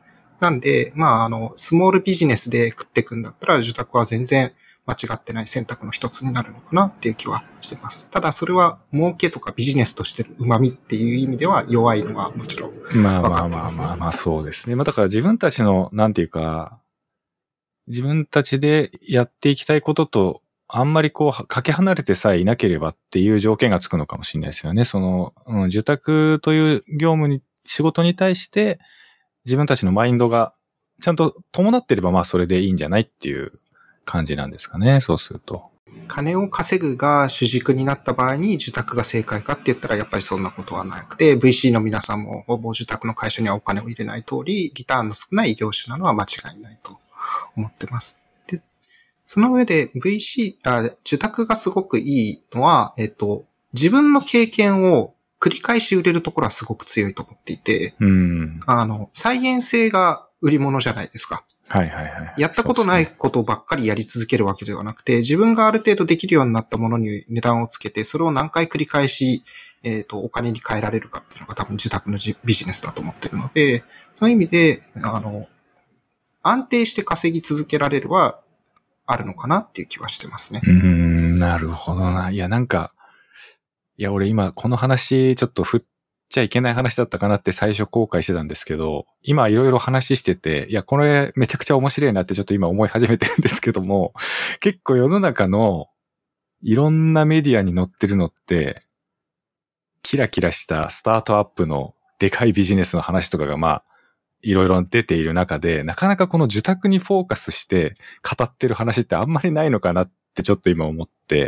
なんで、スモールビジネスで食っていくんだったら、受託は全然間違ってない選択の一つになるのかなっていう気はしています。ただそれは儲けとかビジネスとしての旨味っていう意味では弱いのはもちろん分かってますね。 そうですね。だから自分たちの、なんていうか、自分たちでやっていきたいことと、あんまりかけ離れてさえいなければっていう条件がつくのかもしれないですよね。受託という仕事に対して、自分たちのマインドがちゃんと伴ってれば、それでいいんじゃないっていう感じなんですかね。そうすると。 金を稼ぐが主軸になった場合に受託が正解かって言ったらやっぱりそんなことはなくて、VC の皆さんもほぼ受託の会社にはお金を入れない通り、リターンの少ない業種なのは間違いないと思ってます。で、その上で受託がすごくいいのは、自分の経験を繰り返し売れるところはすごく強いと思っていて、再現性が売り物じゃないですか。 はいはいはい。 やったことないことばっかりやり続けるわけではなくて、自分がある程度できるようになったものに値段をつけて、それを何回繰り返し、お金に換えられるかっていうのが多分受託のビジネスだと思ってるので、そういう意味で、安定して稼ぎ続けられるは、あるのかなっていう気はしてますね。 なるほどな。俺今この話ちょっと振っちゃいけない話だったかなって最初後悔してたんですけど、今いろいろ話してて、これめちゃくちゃ面白いなってちょっと今思い始めてるんですけども、結構世の中のいろんなメディアに載ってるのって、キラキラしたスタートアップのでかいビジネスの話とかがいろいろ出ている中で、なかなかこの受託にフォーカスして語ってる話ってあんまりないのかなってちょっと今思って、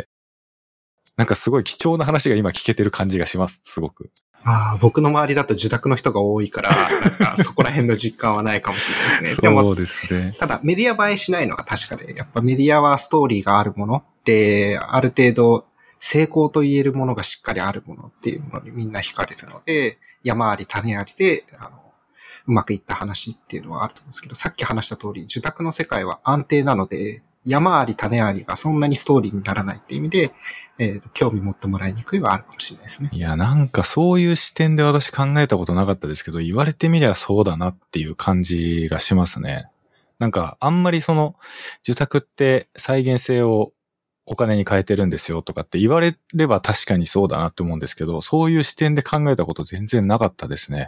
なんかすごい貴重な話が今聞けてる感じがします、すごく。 僕の周りだと受託の人が多いから、なんかそこら辺の実感はないかもしれないですね。 そうですね。 ただメディア映えしないのは確かで、やっぱメディアはストーリーがあるもので、ある程度成功と言えるものがしっかりあるものっていうものにみんな惹かれるので、山あり種ありで、うまくいった話っていうのはあると思うんですけど、さっき話した通り、受託の世界は安定なので、山あり種ありがそんなにストーリーにならないっていう意味で、興味持ってもらいにくいはあるかもしれないですね。 いや、なんかそういう視点で私考えたことなかったですけど、言われてみりゃそうだなっていう感じがしますね。なんかあんまり受託って再現性をお金に変えてるんですよとかって言われれば確かにそうだなって思うんですけど、そういう視点で考えたこと全然なかったですね。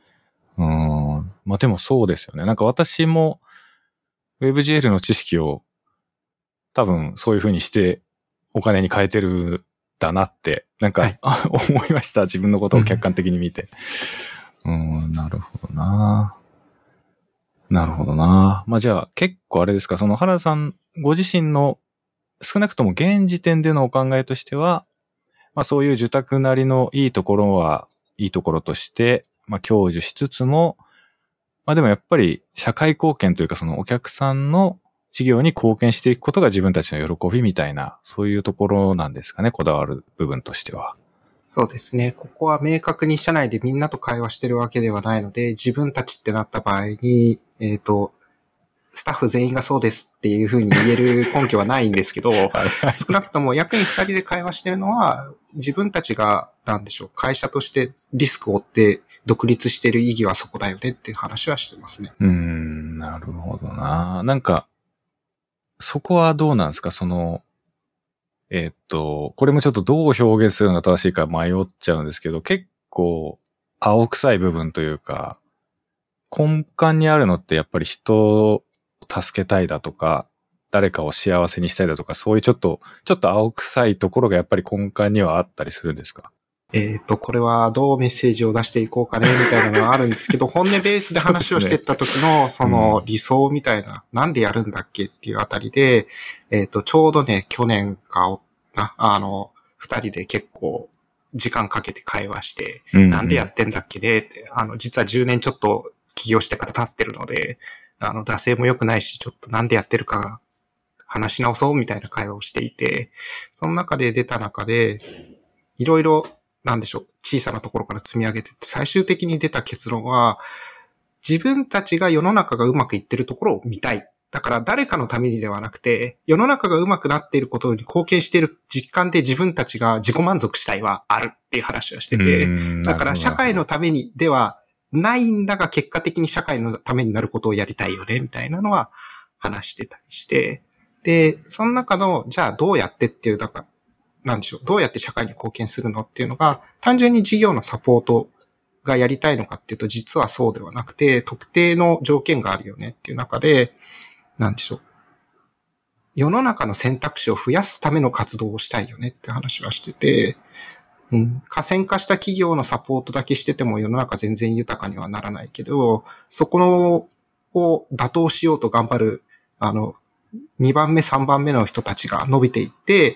でもそうですよね。なんか私も WebGL の知識を多分そういう風にしてお金に変えてるだなって、なんか、思いました。自分のことを客観的に見て。なるほどな。なるほどな。じゃあ結構あれですか、原田さんご自身の少なくとも現時点でのお考えとしては、そういう受託なりのいいところはいいところとして、享受しつつも、でもやっぱり社会貢献というかお客さんの事業に貢献していくことが自分たちの喜びみたいな、そういうところなんですかね、こだわる部分としては。 そうですね。ここは明確に社内でみんなと会話してるわけではないので、自分たちってなった場合に、スタッフ全員がそうですっていうふうに言える根拠はないんですけど、少なくとも役員2人で会話してるのは、自分たちが、会社としてリスクを負って独立してる意義はそこだよねっていう話はしてますね。 なるほどな。なんか、そこはどうなんですか？これもちょっとどう表現するのが正しいか迷っちゃうんですけど、結構青臭い部分というか、根幹にあるのってやっぱり人を助けたいだとか、誰かを幸せにしたいだとか、そういうちょっと青臭いところがやっぱり根幹にはあったりするんですか？ これはどうメッセージを出していこうかね、みたいなのがあるんですけど、本音ベースで話をしていった時の、その理想みたいな、なんでやるんだっけっていうあたりで、ちょうどね、去年か、二人で結構時間かけて会話して、なんでやってんだっけねって、実は10年ちょっと起業してから経ってるので、惰性も良くないし、ちょっとなんでやってるか話し直そうみたいな会話をしていて、その中で出た中で、いろいろ、小さなところから積み上げてって、最終的に出た結論は、自分たちが世の中がうまくいってるところを見たい。だから誰かのためにではなくて、世の中がうまくなっていることに貢献している実感で自分たちが自己満足したいはあるっていう話をしてて、だから社会のためにではないんだが結果的に社会のためになることをやりたいよね、みたいなのは話してたりして、で、その中の、じゃあどうやってっていう、なんでしょう、どうやって社会に貢献するのっていうのが、単純に事業のサポートがやりたいのかっていうと、実はそうではなくて、特定の条件があるよねっていう中で、なんでしょう、世の中の選択肢を増やすための活動をしたいよねって話はしてて、過疎化した企業のサポートだけしてても世の中全然豊かにはならないけど、そこのを打倒しようと頑張る、2番目、3番目の人たちが伸びていって、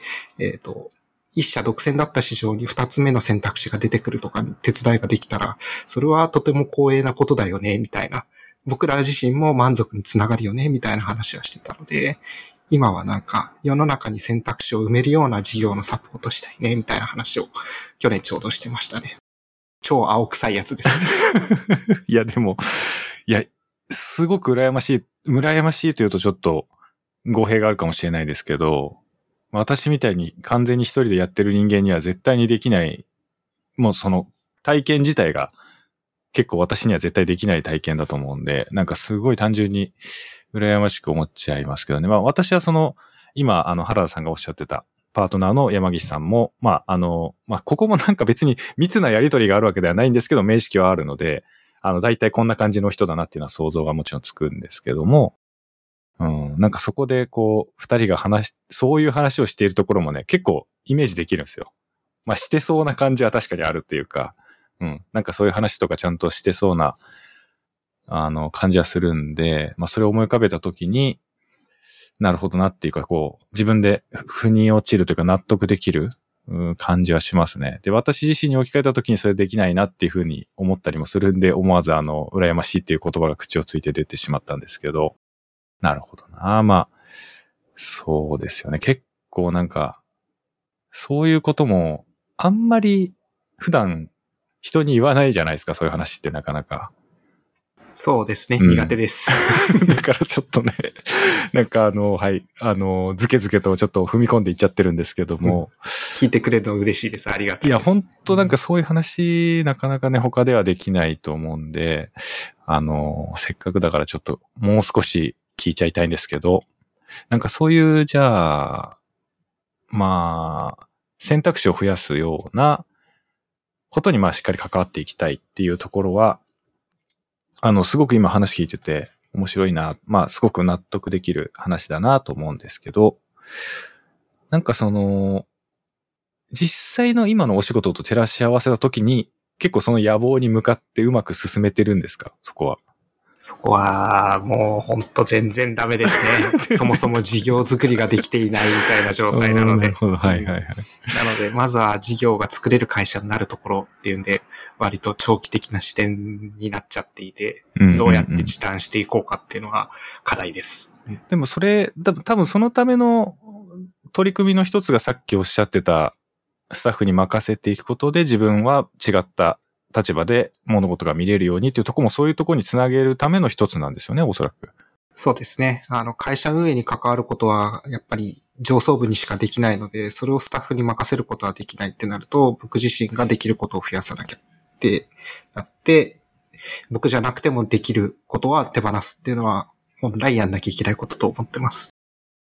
一社独占だった市場に2つ目の選択肢が出てくるとか手伝いができたら、それはとても光栄なことだよね、みたいな。僕ら自身も満足につながるよね、みたいな話はしてたので、今はなんか世の中に選択肢を埋めるような事業のサポートしたいね、みたいな話を去年ちょうどしてましたね。超青臭いやつです。 いや、でも、いや、すごく羨ましいというとちょっと語弊があるかもしれないですけど、私みたいに完全に一人でやってる人間には絶対にできない、もうその体験自体が結構私には絶対できない体験だと思うんで、なんかすごい単純に羨ましく思っちゃいますけどね。私は今原田さんがおっしゃってたパートナーの山岸さんも、ここもなんか別に密なやりとりがあるわけではないんですけど、面識はあるので、大体こんな感じの人だなっていうのは想像がもちろんつくんですけども、なんかそこで二人がそういう話をしているところもね、結構イメージできるんですよ。してそうな感じは確かにあるっていうか、なんかそういう話とかちゃんとしてそうな、感じはするんで、それを思い浮かべたときに、なるほどなっていうか、自分で腑に落ちるというか納得できる感じはしますね。で、私自身に置き換えたときにそれできないなっていうふうに思ったりもするんで、思わず羨ましいっていう言葉が口をついて出てしまったんですけど、なるほどな。そうですよね。結構なんか、そういうことも、あんまり普段人に言わないじゃないですか、そういう話ってなかなか。 そうですね、苦手です。 だからちょっとね、なんかはい、ずけずけとちょっと踏み込んでいっちゃってるんですけども。 聞いてくれるの嬉しいです。ありがたいです。 いや、本当なんかそういう話、なかなかね、他ではできないと思うんで、せっかくだからちょっともう少し聞いちゃいたいんですけど、なんかそういう、じゃあ、選択肢を増やすようなことにしっかり関わっていきたいっていうところは、すごく今話聞いてて面白いな、すごく納得できる話だなと思うんですけど、なんか実際の今のお仕事と照らし合わせたときに、結構その野望に向かってうまく進めてるんですか？そこは。 そこは、もうほんと全然ダメですね。そもそも事業作りができていないみたいな状態なので。 なるほど、はいはいはい。 なので、まずは事業が作れる会社になるところっていうんで、割と長期的な視点になっちゃっていて、どうやって時短していこうかっていうのが課題です。 でもそれ、多分そのための取り組みの一つがさっきおっしゃってたスタッフに任せていくことで自分は違った立場で物事が見れるようにっていうところもそういうところにつなげるための一つなんですよね、おそらく。 そうですね。会社運営に関わることは、やっぱり上層部にしかできないので、それをスタッフに任せることはできないってなると、僕自身ができることを増やさなきゃってなって、僕じゃなくてもできることは手放すっていうのは、本来やんなきゃいけないことと思ってます。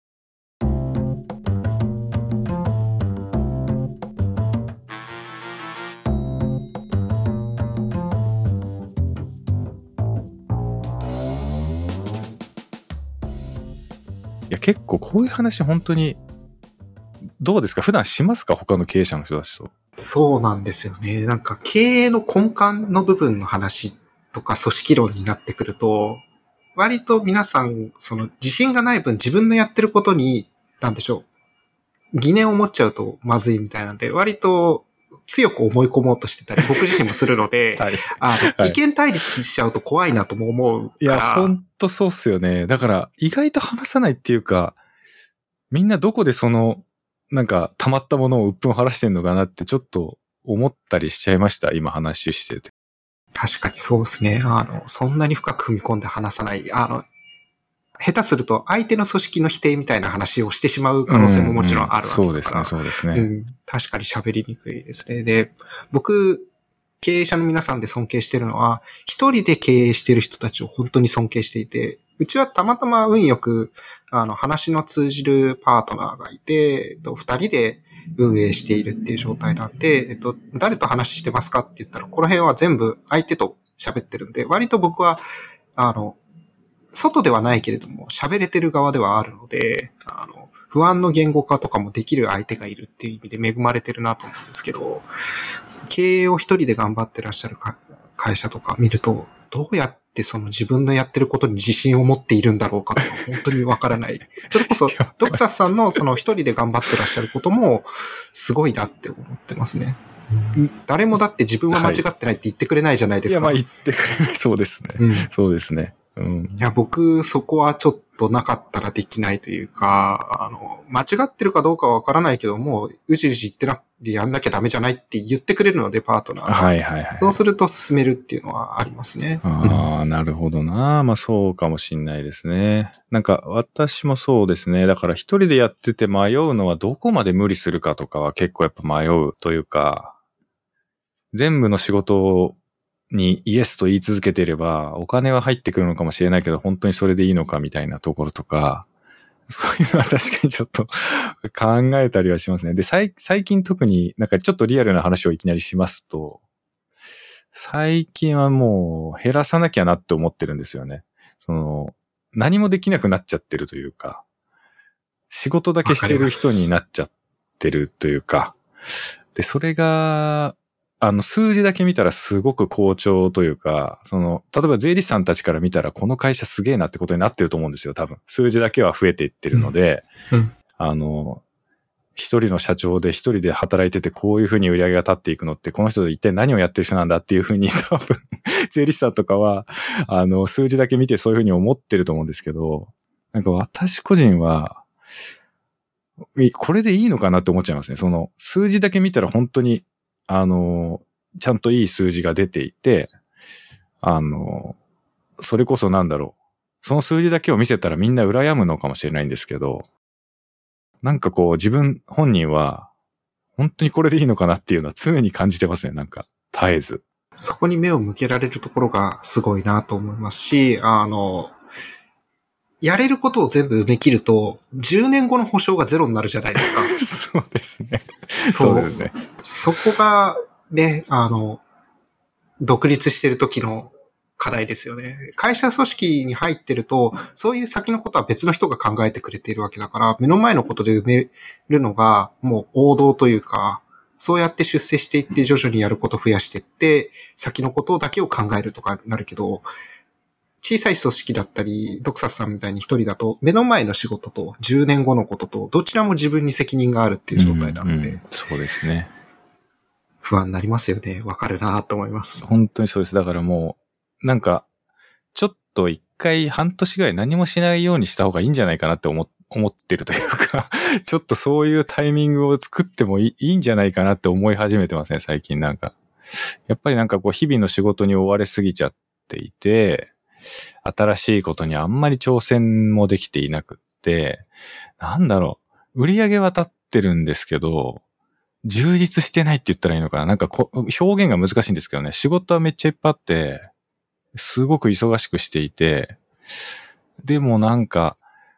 いや、結構こういう話本当に、どうですか？普段しますか？他の経営者の人たちと。 そうなんですよね。なんか経営の根幹の部分の話とか組織論になってくると、割と皆さん、自信がない分自分のやってることに、なんでしょう、疑念を持っちゃうとまずいみたいなんで、割と強く思い込もうとしてたり、僕自身もするので、はい、意見対立しちゃうと怖いなとも思うから。 いや、ほんとそうっすよね。だから、意外と話さないっていうか、みんなどこでなんか、溜まったものを鬱憤晴らしてんのかなってちょっと思ったりしちゃいました。今話してて。 確かにそうですね。そんなに深く踏み込んで話さない。下手すると相手の組織の否定みたいな話をしてしまう可能性ももちろんあるわけだから。 そうですね、そうですね。 確かに喋りにくいですね。で、僕、 経営者の皆さんで尊敬してるのは、一人で経営してる人たちを本当に尊敬していて、うちはたまたま運よく、話の通じるパートナーがいて、二人で運営しているっていう状態なんで、誰と話してますかって言ったら、この辺は全部相手と喋ってるんで、割と僕は、外ではないけれども、喋れてる側ではあるので、不安の言語化とかもできる相手がいるっていう意味で恵まれてるなと思うんですけど、経営を一人で頑張ってらっしゃる会社とか見ると、どうやってその自分のやってることに自信を持っているんだろうかとか、本当にわからない。それこそ、ドクサスさんのその一人で頑張ってらっしゃることも、すごいなって思ってますね。誰もだって自分は間違ってないって言ってくれないじゃないですか。 いや、まあ言ってくれない。そうですね。そうですね。 いや、僕、そこはちょっとなかったらできないというか、間違ってるかどうかはわからないけども、うじうじ言ってやんなきゃダメじゃないって言ってくれるので、パートナーが。 はいはいはい。 そうすると進めるっていうのはありますね。 ああ、なるほどな。まあそうかもしんないですね。なんか私もそうですね。だから一人でやってて迷うのはどこまで無理するかとかは結構やっぱ迷うというか、全部の仕事にイエスと言い続けていれば、お金は入ってくるのかもしれないけど、本当にそれでいいのかみたいなところとか、そういうのは確かにちょっと考えたりはしますね。で、最近特になんかちょっとリアルな話をいきなりしますと、最近はもう減らさなきゃなって思ってるんですよね。何もできなくなっちゃってるというか、仕事だけしてる人になっちゃってるというか、で、それが、数字だけ見たらすごく好調というか、例えば税理士さんたちから見たらこの会社すげえなってことになってると思うんですよ、多分。数字だけは増えていってるので、一人の社長で一人で働いててこういうふうに売り上げが立っていくのってこの人で一体何をやってる人なんだっていうふうに多分、税理士さんとかは、数字だけ見てそういうふうに思ってると思うんですけど、なんか私個人は、これでいいのかなって思っちゃいますね。数字だけ見たら本当にちゃんといい数字が出ていて、それこそなんだろう。その数字だけを見せたらみんな羨むのかもしれないんですけど、なんかこう本人は、本当にこれでいいのかなっていうのは常に感じてますね。なんか、絶えず。 そこに目を向けられるところがすごいなと思いますし、やれることを全部埋め切ると、10年後の保証がゼロになるじゃないですか。 そうですね。 そうですね。 そこが、ね、独立してる時の課題ですよね。会社組織に入ってると、そういう先のことは別の人が考えてくれているわけだから、目の前のことで埋めるのがもう王道というか、そうやって出世していって徐々にやることを増やしていって、先のことだけを考えるとかになるけど、小さい組織だったり、ドクサスさんみたいに一人だと、目の前の仕事と10年後のことと、どちらも自分に責任があるっていう状態なので。 そうですね。 不安になりますよね。わかるなと思います。 本当にそうです。だからもう、なんか、ちょっと一回半年ぐらい何もしないようにした方がいいんじゃないかなって思ってるというか、ちょっとそういうタイミングを作ってもいいんじゃないかなって思い始めてますね、最近なんか。やっぱりなんかこう日々の仕事に追われすぎちゃっていて、新しいことにあんまり挑戦もできていなくって、なんだろう、売り上げは立ってるんですけど、充実してないって言ったらいいのかな。なんか表現が難しいんですけどね、仕事はめっちゃいっぱいあって、すごく忙しくしていて、でもなんか、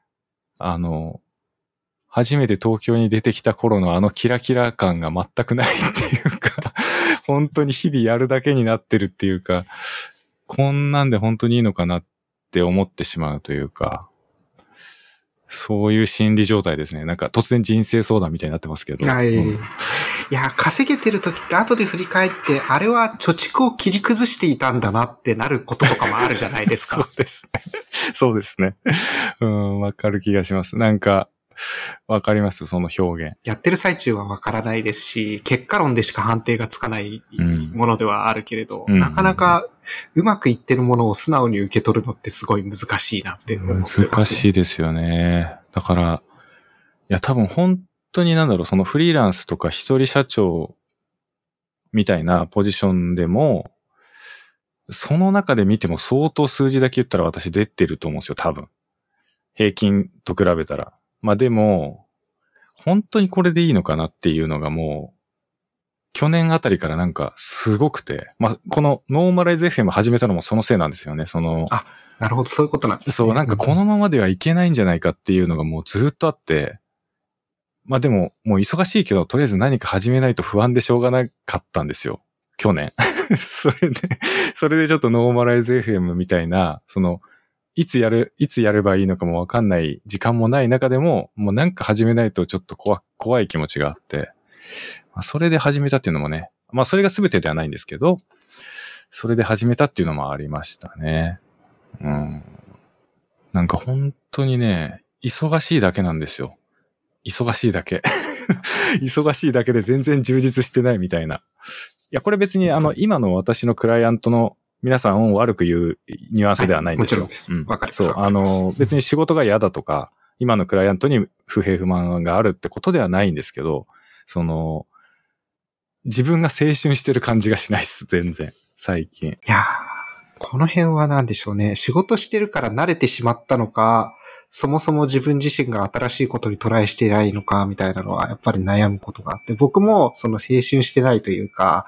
初めて東京に出てきた頃のキラキラ感が全くないっていうか、本当に日々やるだけになってるっていうか、こんなんで本当にいいのかなって思ってしまうというか、そういう心理状態ですね。なんか突然人生相談みたいになってますけど。 はい。いや、稼げてる時って後で振り返って、あれは貯蓄を切り崩していたんだなってなることとかもあるじゃないですか。 そうですね。そうですね。わかる気がします。なんか、わかります、その表現。 やってる最中はわからないですし、結果論でしか判定がつかないものではあるけれど、なかなかうまくいってるものを素直に受け取るのってすごい難しいなって思ってます、ね。 難しいですよね。だから、いや多分本当になんだろう、そのフリーランスとか一人社長みたいなポジションでも、その中で見ても相当数字だけ言ったら私出てると思うんですよ、多分。平均と比べたら。まあでも、本当にこれでいいのかなっていうのがもう、去年あたりからなんかすごくて、まあ、このノーマライズ FM 始めたのもそのせいなんですよね。 あ、なるほど、そういうことなんですね。 そう、なんかこのままではいけないんじゃないかっていうのがもうずっとあって、まあでも、もう忙しいけど、とりあえず何か始めないと不安でしょうがなかったんですよ。去年。それでちょっとノーマライズ FM みたいな、いつやればいいのかもわかんない時間もない中でも、もうなんか始めないとちょっと怖い気持ちがあって、まあ、それで始めたっていうのもね、まあそれが全てではないんですけど、それで始めたっていうのもありましたね。うん。なんか本当にね、忙しいだけなんですよ。忙しいだけ。忙しいだけで全然充実してないみたいな。いや、これ別に今の私のクライアントの皆さんを悪く言うニュアンスではないんですよ。 もちろんです。わかります。 そう、別に仕事が嫌だとか、今のクライアントに不平不満があるってことではないんですけど、自分が青春してる感じがしないです、全然。最近。 いやー、この辺は何でしょうね。仕事してるから慣れてしまったのか、そもそも自分自身が新しいことにトライしていないのか、みたいなのはやっぱり悩むことがあって、僕も青春してないというか、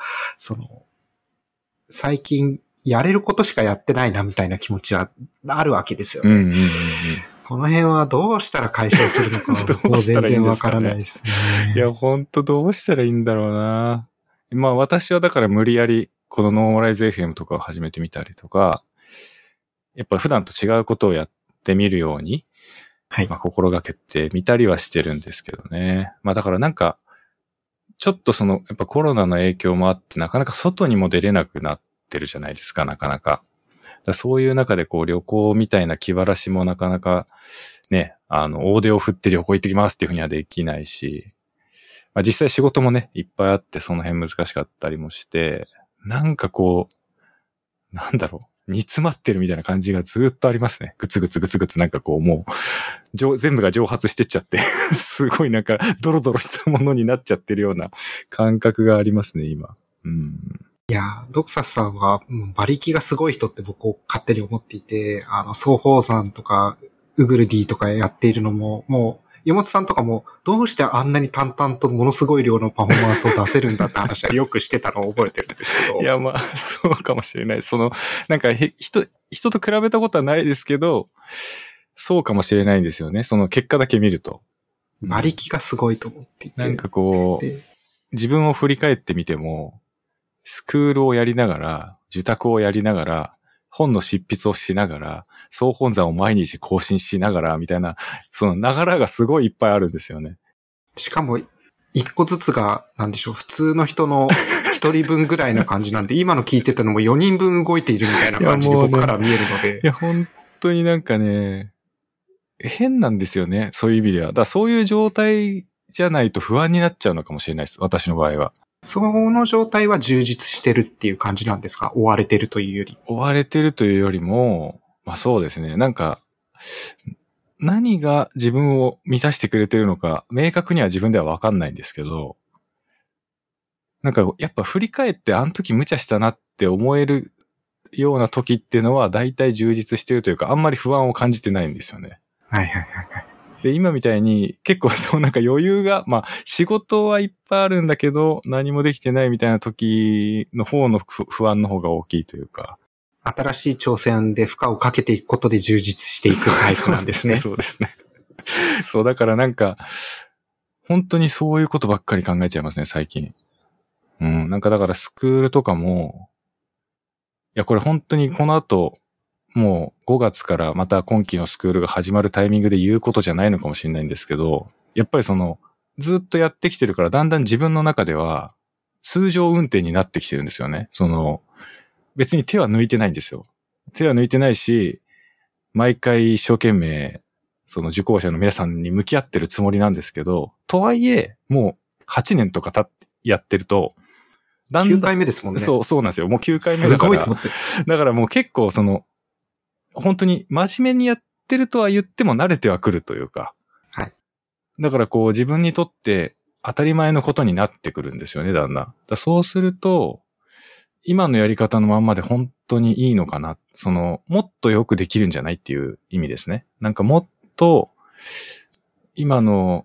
最近やれることしかやってないな、みたいな気持ちはあるわけですよね。この辺はどうしたら解消するのかもう全然わからないですね。 いや、ほんとどうしたらいいんだろうな。まあ私はだから無理やりこのノーマライズ FM とかを始めてみたりとか、やっぱ普段と違うことをやってみるように、 はい。 まあ心がけてみたりはしてるんですけどね。まあだからなんか、ちょっとやっぱコロナの影響もあってなかなか外にも出れなくなってるじゃないですか、なかなか。そういう中で旅行みたいな気晴らしもなかなかね、大手を振って旅行行ってきますっていうふうにはできないし、まあ実際仕事もね、いっぱいあってその辺難しかったりもして、なんかなんだろう、煮詰まってるみたいな感じがずっとありますね。ぐつぐつなんかもう、全部が蒸発してっちゃって、すごいなんかドロドロしたものになっちゃってるような感覚がありますね、今。うん。 いや、ドクサスさんは、馬力がすごい人って僕を勝手に思っていて、双方山とか、ウグルディとかやっているのも、もう、湯本さんとかも、どうしてあんなに淡々とものすごい量のパフォーマンスを出せるんだって話はよくしてたのを覚えてるんですけど。 いや、まあ、そうかもしれない。なんか、人と比べたことはないですけど、そうかもしれないんですよね。その結果だけ見ると。 馬力がすごいと思っていて。 なんか自分を振り返ってみても、スクールをやりながら、受託をやりながら、本の執筆をしながら、総本山を毎日更新しながら、みたいな、ながらがすごいいっぱいあるんですよね。 しかも、一個ずつが、なんでしょう、普通の人の一人分ぐらいな感じなんで、今の聞いてたのも4人分動いているみたいな感じで僕から見えるので。 いや、本当になんかね、変なんですよね、そういう意味では。だからそういう状態じゃないと不安になっちゃうのかもしれないです、私の場合は。 その状態は充実してるっていう感じなんですか？追われてるというより。 追われてるというよりも、まあそうですね。なんか、何が自分を満たしてくれてるのか、明確には自分では分かんないんですけど、なんかやっぱ振り返ってあの時無茶したなって思えるような時っていうのは大体充実してるというか、あんまり不安を感じてないんですよね。 はいはいはいはい。 で、今みたいに結構なんか余裕が、まあ仕事はいっぱいあるんだけど何もできてないみたいな時の方の不安の方が大きいというか。 新しい挑戦で負荷をかけていくことで充実していくタイプなんですね。 そうですね。そう、だからなんか、本当にそういうことばっかり考えちゃいますね、最近。うん、なんかだからスクールとかも、いやこれ本当にこの後、もう5月からまた今期のスクールが始まるタイミングで言うことじゃないのかもしれないんですけど、やっぱりずっとやってきてるからだんだん自分の中では通常運転になってきてるんですよね。別に手は抜いてないんですよ。手は抜いてないし、毎回一生懸命、受講者の皆さんに向き合ってるつもりなんですけど、とはいえ、もう8年とかやってると、 だんだん9回目ですもんね。 そうなんですよ。もう9回目だから。すごいと思って。だからもう結構本当に真面目にやってるとは言っても慣れてはくるというか。 はい。 だから自分にとって当たり前のことになってくるんですよね、だんだん。そうすると、今のやり方のまんまで本当にいいのかな。もっとよくできるんじゃないっていう意味ですね。なんかもっと、今の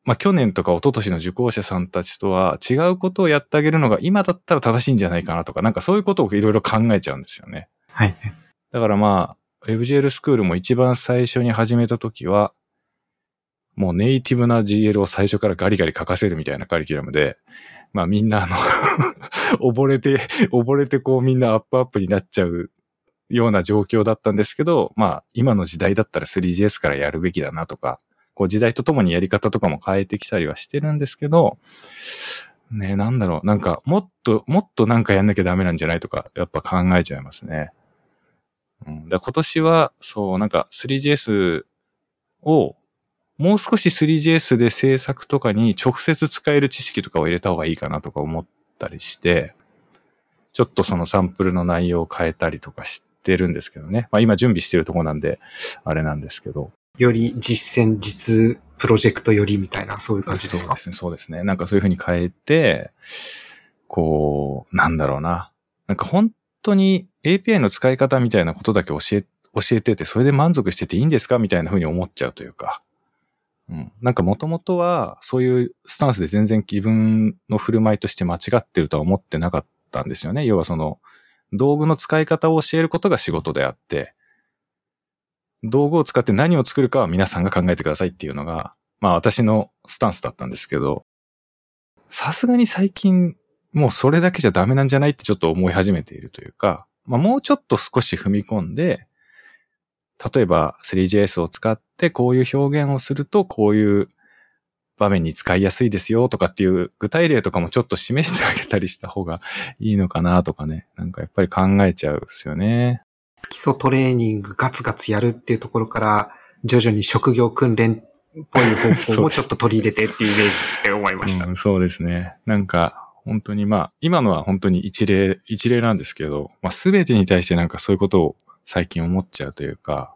まあ去年とか一昨年の受講者さんたちとは違うことをやってあげるのが今だったら正しいんじゃないかなとか、なんかそういうことをいろいろ考えちゃうんですよね。 はい。 だからまあ、WebGL スクールも一番最初に始めたときは、もうネイティブな GL を最初からガリガリ書かせるみたいなカリキュラムで、まあみんな溺れてこうみんなアップになっちゃうような状況だったんですけど、まあ今の時代だったら 3GS からやるべきだなとか、こう時代とともにやり方とかも変えてきたりはしてるんですけど、ね、なんだろう、なんかもっとなんかやんなきゃダメなんじゃないとか、やっぱ考えちゃいますね。だ今年は、そう、なんか 3GS をもう少し 3GS で制作とかに直接使える知識とかを入れた方がいいかなとか思ったりして、ちょっとそのサンプルの内容を変えたりとかしてるんですけどね。まあ今準備してるところなんで、あれなんですけど。 より実プロジェクトよりみたいな、そういう感じですか？ そうですね。なんかそういう風に変えて、こう、なんだろうな。なんか本当に API の使い方みたいなことだけ教えてて、それで満足してていいんですかみたいな風に思っちゃうというか。なんか元々はそういうスタンスで全然自分の振る舞いとして間違ってるとは思ってなかったんですよね。要はその道具の使い方を教えることが仕事であって、道具を使って何を作るかは皆さんが考えてくださいっていうのが、まあ私のスタンスだったんですけど、さすがに最近もうそれだけじゃダメなんじゃないってちょっと思い始めているというか、まあもうちょっと少し踏み込んで、例えば 3JS を使ってこういう表現をするとこういう場面に使いやすいですよとかっていう具体例とかもちょっと示してあげたりした方がいいのかなとかね。なんかやっぱり考えちゃうんですよね。 基礎トレーニングガツガツやるっていうところから徐々に職業訓練っぽい方法もちょっと取り入れてっていうイメージって思いました。 そうですね。なんか本当にまあ今のは本当に一例なんですけど、まあ全てに対してなんかそういうことを最近思っちゃうというか、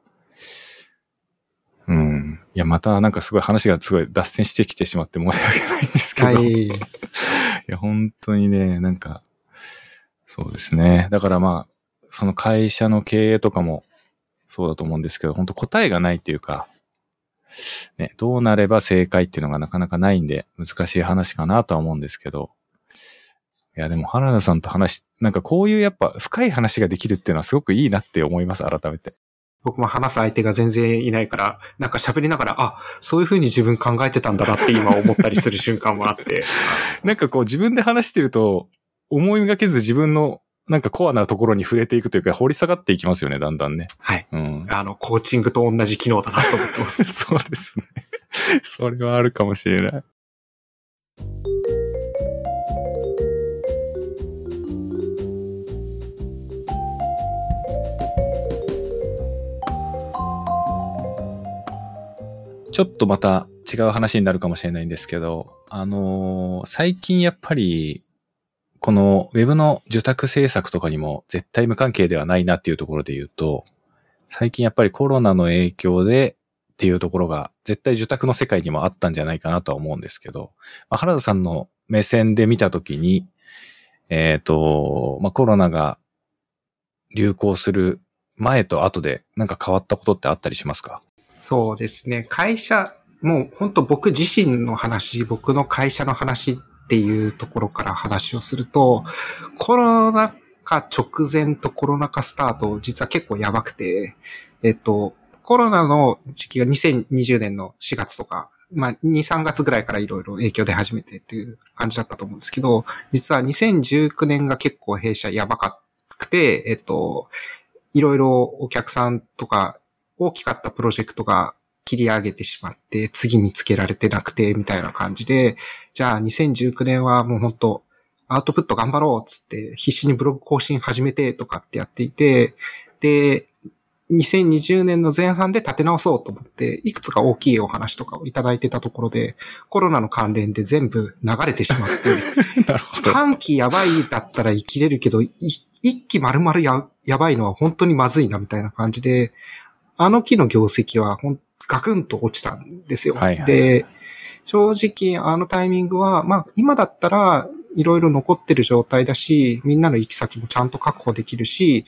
いや、またなんかすごい話がすごい脱線してきてしまって申し訳ないんですけど。いや、本当にね、なんか、そうですね。だからまあ、その会社の経営とかもそうだと思うんですけど、本当答えがないっていうか、ね、どうなれば正解っていうのがなかなかないんで、難しい話かなとは思うんですけど。いや、でも原田さんとなんかこういうやっぱ深い話ができるっていうのはすごくいいなって思います、改めて。 僕も話す相手が全然いないから、なんか喋りながら、あ、そういう風に自分考えてたんだなって今思ったりする瞬間もあって。 なんかこう自分で話してると、思いがけず自分のなんかコアなところに触れていくというか、掘り下がっていきますよね、だんだんね。 はい。コーチングと同じ機能だなと思ってます。 そうですね。それはあるかもしれない。ちょっとまた違う話になるかもしれないんですけど、最近やっぱり、この Web の受託制作とかにも絶対無関係ではないなっていうところで言うと、最近やっぱりコロナの影響でっていうところが絶対受託の世界にもあったんじゃないかなとは思うんですけど、原田さんの目線で見たときに、コロナが流行する前と後でなんか変わったことってあったりしますか？ そうですね。会社、もう本当僕自身の話、僕の会社の話っていうところから話をすると、コロナ禍直前とコロナ禍スタート、実は結構やばくて、コロナの時期が2020年の4月とか、まあ、2、3月ぐらいからいろいろ影響出始めてっていう感じだったと思うんですけど、実は2019年が結構弊社やばかくて、いろいろお客さんとか大きかったプロジェクトが切り上げてしまって、次見つけられてなくて、みたいな感じで、じゃあ2019年はもう本当アウトプット頑張ろうっつって、必死にブログ更新始めてとかってやっていて、で、2020年の前半で立て直そうと思って、いくつか大きいお話とかをいただいてたところで、コロナの関連で全部流れてしまって、 なるほど。 半期やばいだったら生きれるけど、一期丸々やばいのは本当にまずいなみたいな感じで、あの期の業績はガクンと落ちたんですよ。 はいはい、 で、正直あのタイミングは、まあ今だったらいろいろ残ってる状態だし、みんなの行き先もちゃんと確保できるし、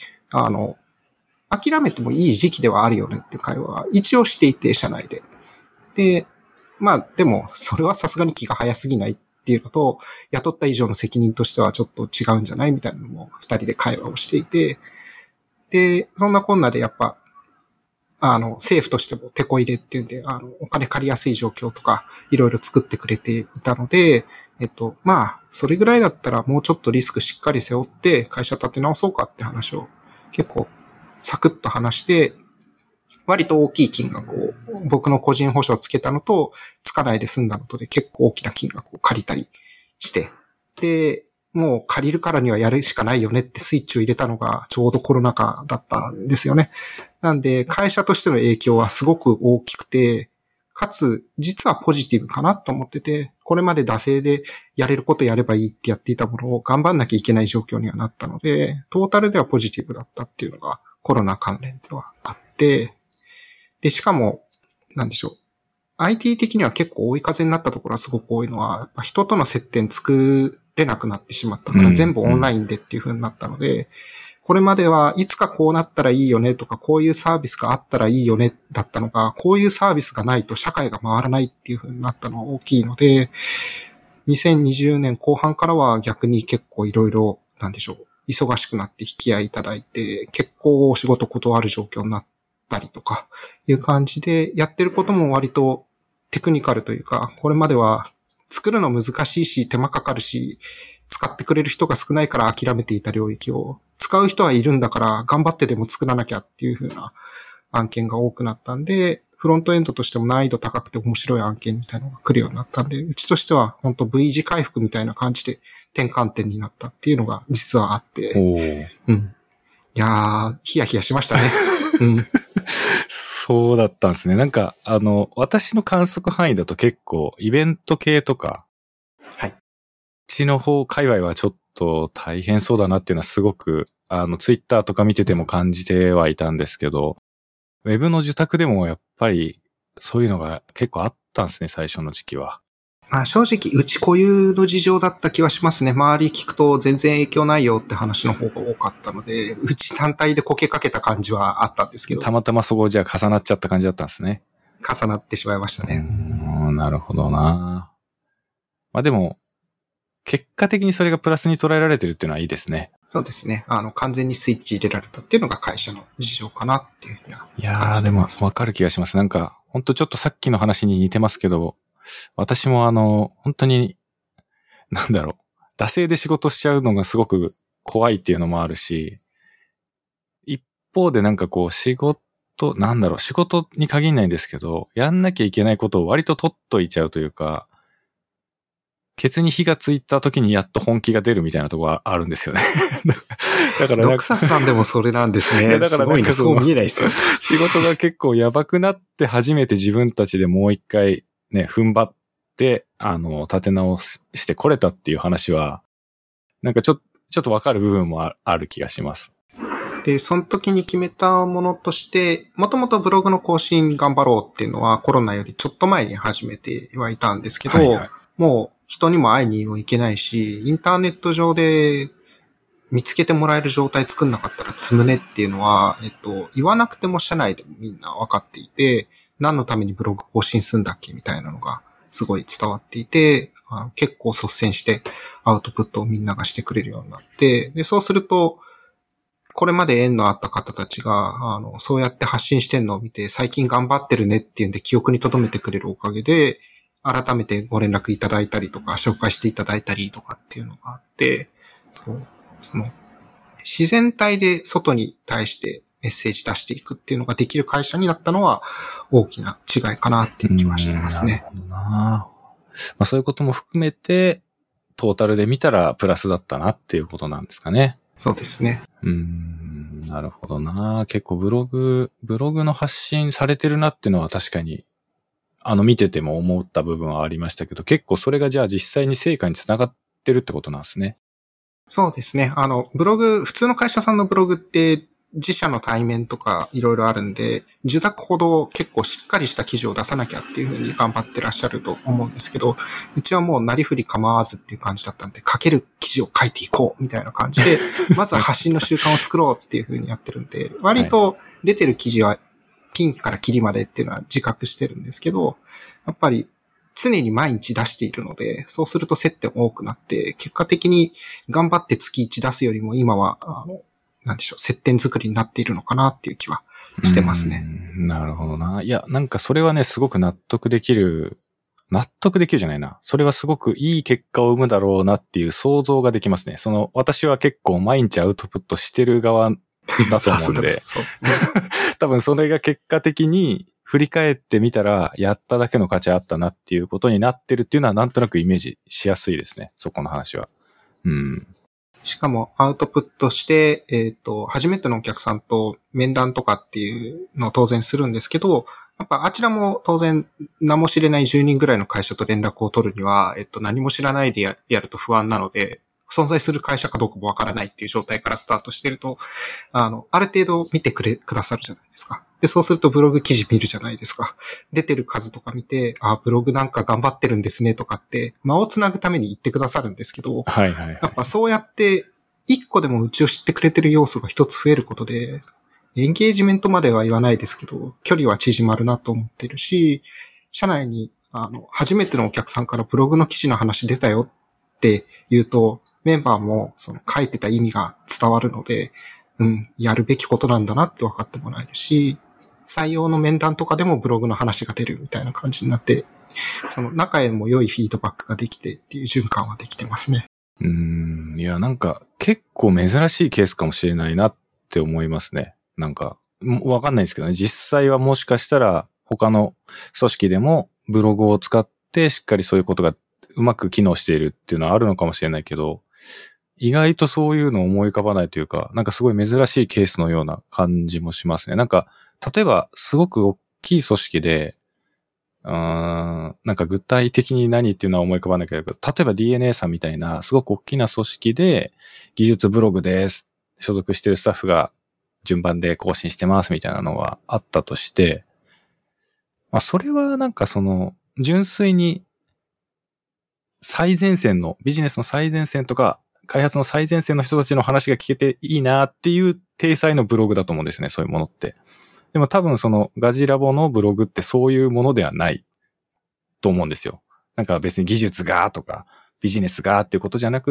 諦めてもいい時期ではあるよねって会話は一応していて、社内で。で、 まあでも、それはさすがに気が早すぎないっていうのと、雇った以上の責任としてはちょっと違うんじゃないみたいなのも二人で会話をしていて、で、そんなこんなでやっぱ、政府としても手こ入れっていうんで、お金借りやすい状況とか、いろいろ作ってくれていたので、まあ、それぐらいだったらもうちょっとリスクしっかり背負って会社立て直そうかって話を結構サクッと話して、割と大きい金額を僕の個人保証をつけたのと、つかないで済んだのとで結構大きな金額を借りたりして、で、もう借りるからにはやるしかないよねってスイッチを入れたのがちょうどコロナ禍だったんですよね。なんで会社としての影響はすごく大きくて、かつ実はポジティブかなと思ってて、これまで惰性でやれることやればいいってやっていたものを頑張んなきゃいけない状況にはなったので、トータルではポジティブだったっていうのがコロナ関連ではあって、で、しかも、なんでしょう。IT 的には結構追い風になったところはすごく多いのは、人との接点作れなくなってしまったから全部オンラインでっていう風になったので、これまではいつかこうなったらいいよねとか、こういうサービスがあったらいいよねだったのが、こういうサービスがないと社会が回らないっていう風になったのは大きいので、2020年後半からは逆に結構いろいろ、なんでしょう、忙しくなって引き合いいただいて、結構お仕事断る状況になったりとかいう感じで、やってることも割とテクニカルというか、これまでは作るの難しいし手間かかるし、使ってくれる人が少ないから諦めていた領域を、使う人はいるんだから頑張ってでも作らなきゃっていう風な案件が多くなったんで、フロントエンドとしても難易度高くて面白い案件みたいなのが来るようになったんで、うちとしては本当 V 字回復みたいな感じで転換点になったっていうのが実はあって、うん。いやー、ヒヤヒヤしましたね。うん。 そうだったんですね。なんか、私の観測範囲だと結構、イベント系とか、 はい。 ちの方界隈はちょっと大変そうだなっていうのはすごく、ツイッターとか見てても感じてはいたんですけど、ウェブの受託でもやっぱり、そういうのが結構あったんですね、最初の時期は。 まあ正直、うち固有の事情だった気はしますね。周り聞くと全然影響ないよって話の方が多かったので、うち単体でこけかけた感じはあったんですけど。 たまたまそこじゃあ重なっちゃった感じだったんですね。 重なってしまいましたね。 なるほどな。まあでも、結果的にそれがプラスに捉えられてるっていうのはいいですね。 そうですね。完全にスイッチ入れられたっていうのが会社の事情かなっていうふうには感じてます。 いやーでもわかる気がします。なんか、ほんとちょっとさっきの話に似てますけど、私も本当に、なんだろう、惰性で仕事しちゃうのがすごく怖いっていうのもあるし、一方でなんかこう仕事に限らないんですけど、やんなきゃいけないことを割と取っといちゃうというか、ケツに火がついた時にやっと本気が出るみたいなところがあるんですよね。だからドクサスさんでもそれなんですね。だからすごいね、そう見えないですよ。 仕事が結構やばくなって初めて自分たちでもう一回ね、踏ん張って、立て直してこれたっていう話は、なんかちょっとわかる部分もある気がします。 で、その時に決めたものとして、もともとブログの更新頑張ろうっていうのはコロナよりちょっと前に始めてはいたんですけど、はいはい、もう人にも会いにも行けないし、インターネット上で見つけてもらえる状態作んなかったら積むねっていうのは、言わなくても社内でもみんな分かっていて、何のためにブログ更新するんだっけみたいなのがすごい伝わっていて、結構率先してアウトプットをみんながしてくれるようになって、で、そうすると、これまで縁のあった方たちが、そうやって発信してんのを見て、最近頑張ってるねっていうんで記憶に留めてくれるおかげで、改めてご連絡いただいたりとか、紹介していただいたりとかっていうのがあって、自然体で外に対してメッセージ出していくっていうのができる会社になったのは大きな違いかなっていう気はしてますね。 なるほどな。まあそういうことも含めて、トータルで見たらプラスだったなっていうことなんですかね。 そうですね。 なるほどな。結構ブログの発信されてるなっていうのは確かに、見てても思った部分はありましたけど、結構それがじゃあ実際に成果につながってるってことなんですね。 そうですね。ブログ、普通の会社さんのブログって自社の対面とかいろいろあるんで、受託ほど結構しっかりした記事を出さなきゃっていうふうに頑張ってらっしゃると思うんですけど、うちはもうなりふり構わずっていう感じだったんで、書ける記事を書いていこうみたいな感じで、まずは発信の習慣を作ろうっていうふうにやってるんで、割と出てる記事はピンからキリまでっていうのは自覚してるんですけど、やっぱり常に毎日出しているので、そうすると接点多くなって、結果的に頑張って月1出すよりも今は、なんでしょう、接点作りになっているのかなっていう気はしてますね。 なるほどな。いや、なんかそれはね、すごく納得できるじゃないな。それはすごくいい結果を生むだろうなっていう想像ができますね。私は結構毎日アウトプットしてる側だと思うんで、多分それが結果的に振り返ってみたら、やっただけの価値あったなっていうことになってるっていうのはなんとなくイメージしやすいですね。そこの話は。 しかもアウトプットして、初めてのお客さんと面談とかっていうのを当然するんですけど、やっぱあちらも当然何も知れない10人ぐらいの会社と連絡を取るには、何も知らないでやると不安なので、存在する会社かどうかもわからないっていう状態からスタートしてると、ある程度見てくださるじゃないですか。で、そうするとブログ記事見るじゃないですか。出てる数とか見て、ブログなんか頑張ってるんですねとかって、間をつなぐために言ってくださるんですけど、やっぱそうやって、一個でもうちを知ってくれてる要素が一つ増えることで、エンゲージメントまでは言わないですけど、距離は縮まるなと思ってるし、社内に、初めてのお客さんからブログの記事の話出たよって言うと、メンバーもその書いてた意味が伝わるので、やるべきことなんだなって分かってもらえるし、採用の面談とかでもブログの話が出るみたいな感じになって、その中へも良いフィードバックができてっていう循環はできてますね。 いや、なんか結構珍しいケースかもしれないなって思いますね。なんか、わかんないですけどね。実際はもしかしたら他の組織でもブログを使ってしっかりそういうことがうまく機能しているっていうのはあるのかもしれないけど、意外とそういうのを思い浮かばないというか、なんかすごい珍しいケースのような感じもしますね。なんか、例えばすごく大きい組織で、なんか具体的に何っていうのは思い浮かばなければ、例えば DNA さんみたいなすごく大きな組織で技術ブログです。所属してるスタッフが順番で更新してますみたいなのはあったとして、まあそれはなんか純粋に最前線の、ビジネスの最前線とか開発の最前線の人たちの話が聞けていいなっていう体裁のブログだと思うんですね、そういうものって。でも多分ガジラボのブログってそういうものではないと思うんですよ。なんか別に技術がとかビジネスがっていうことじゃなくって、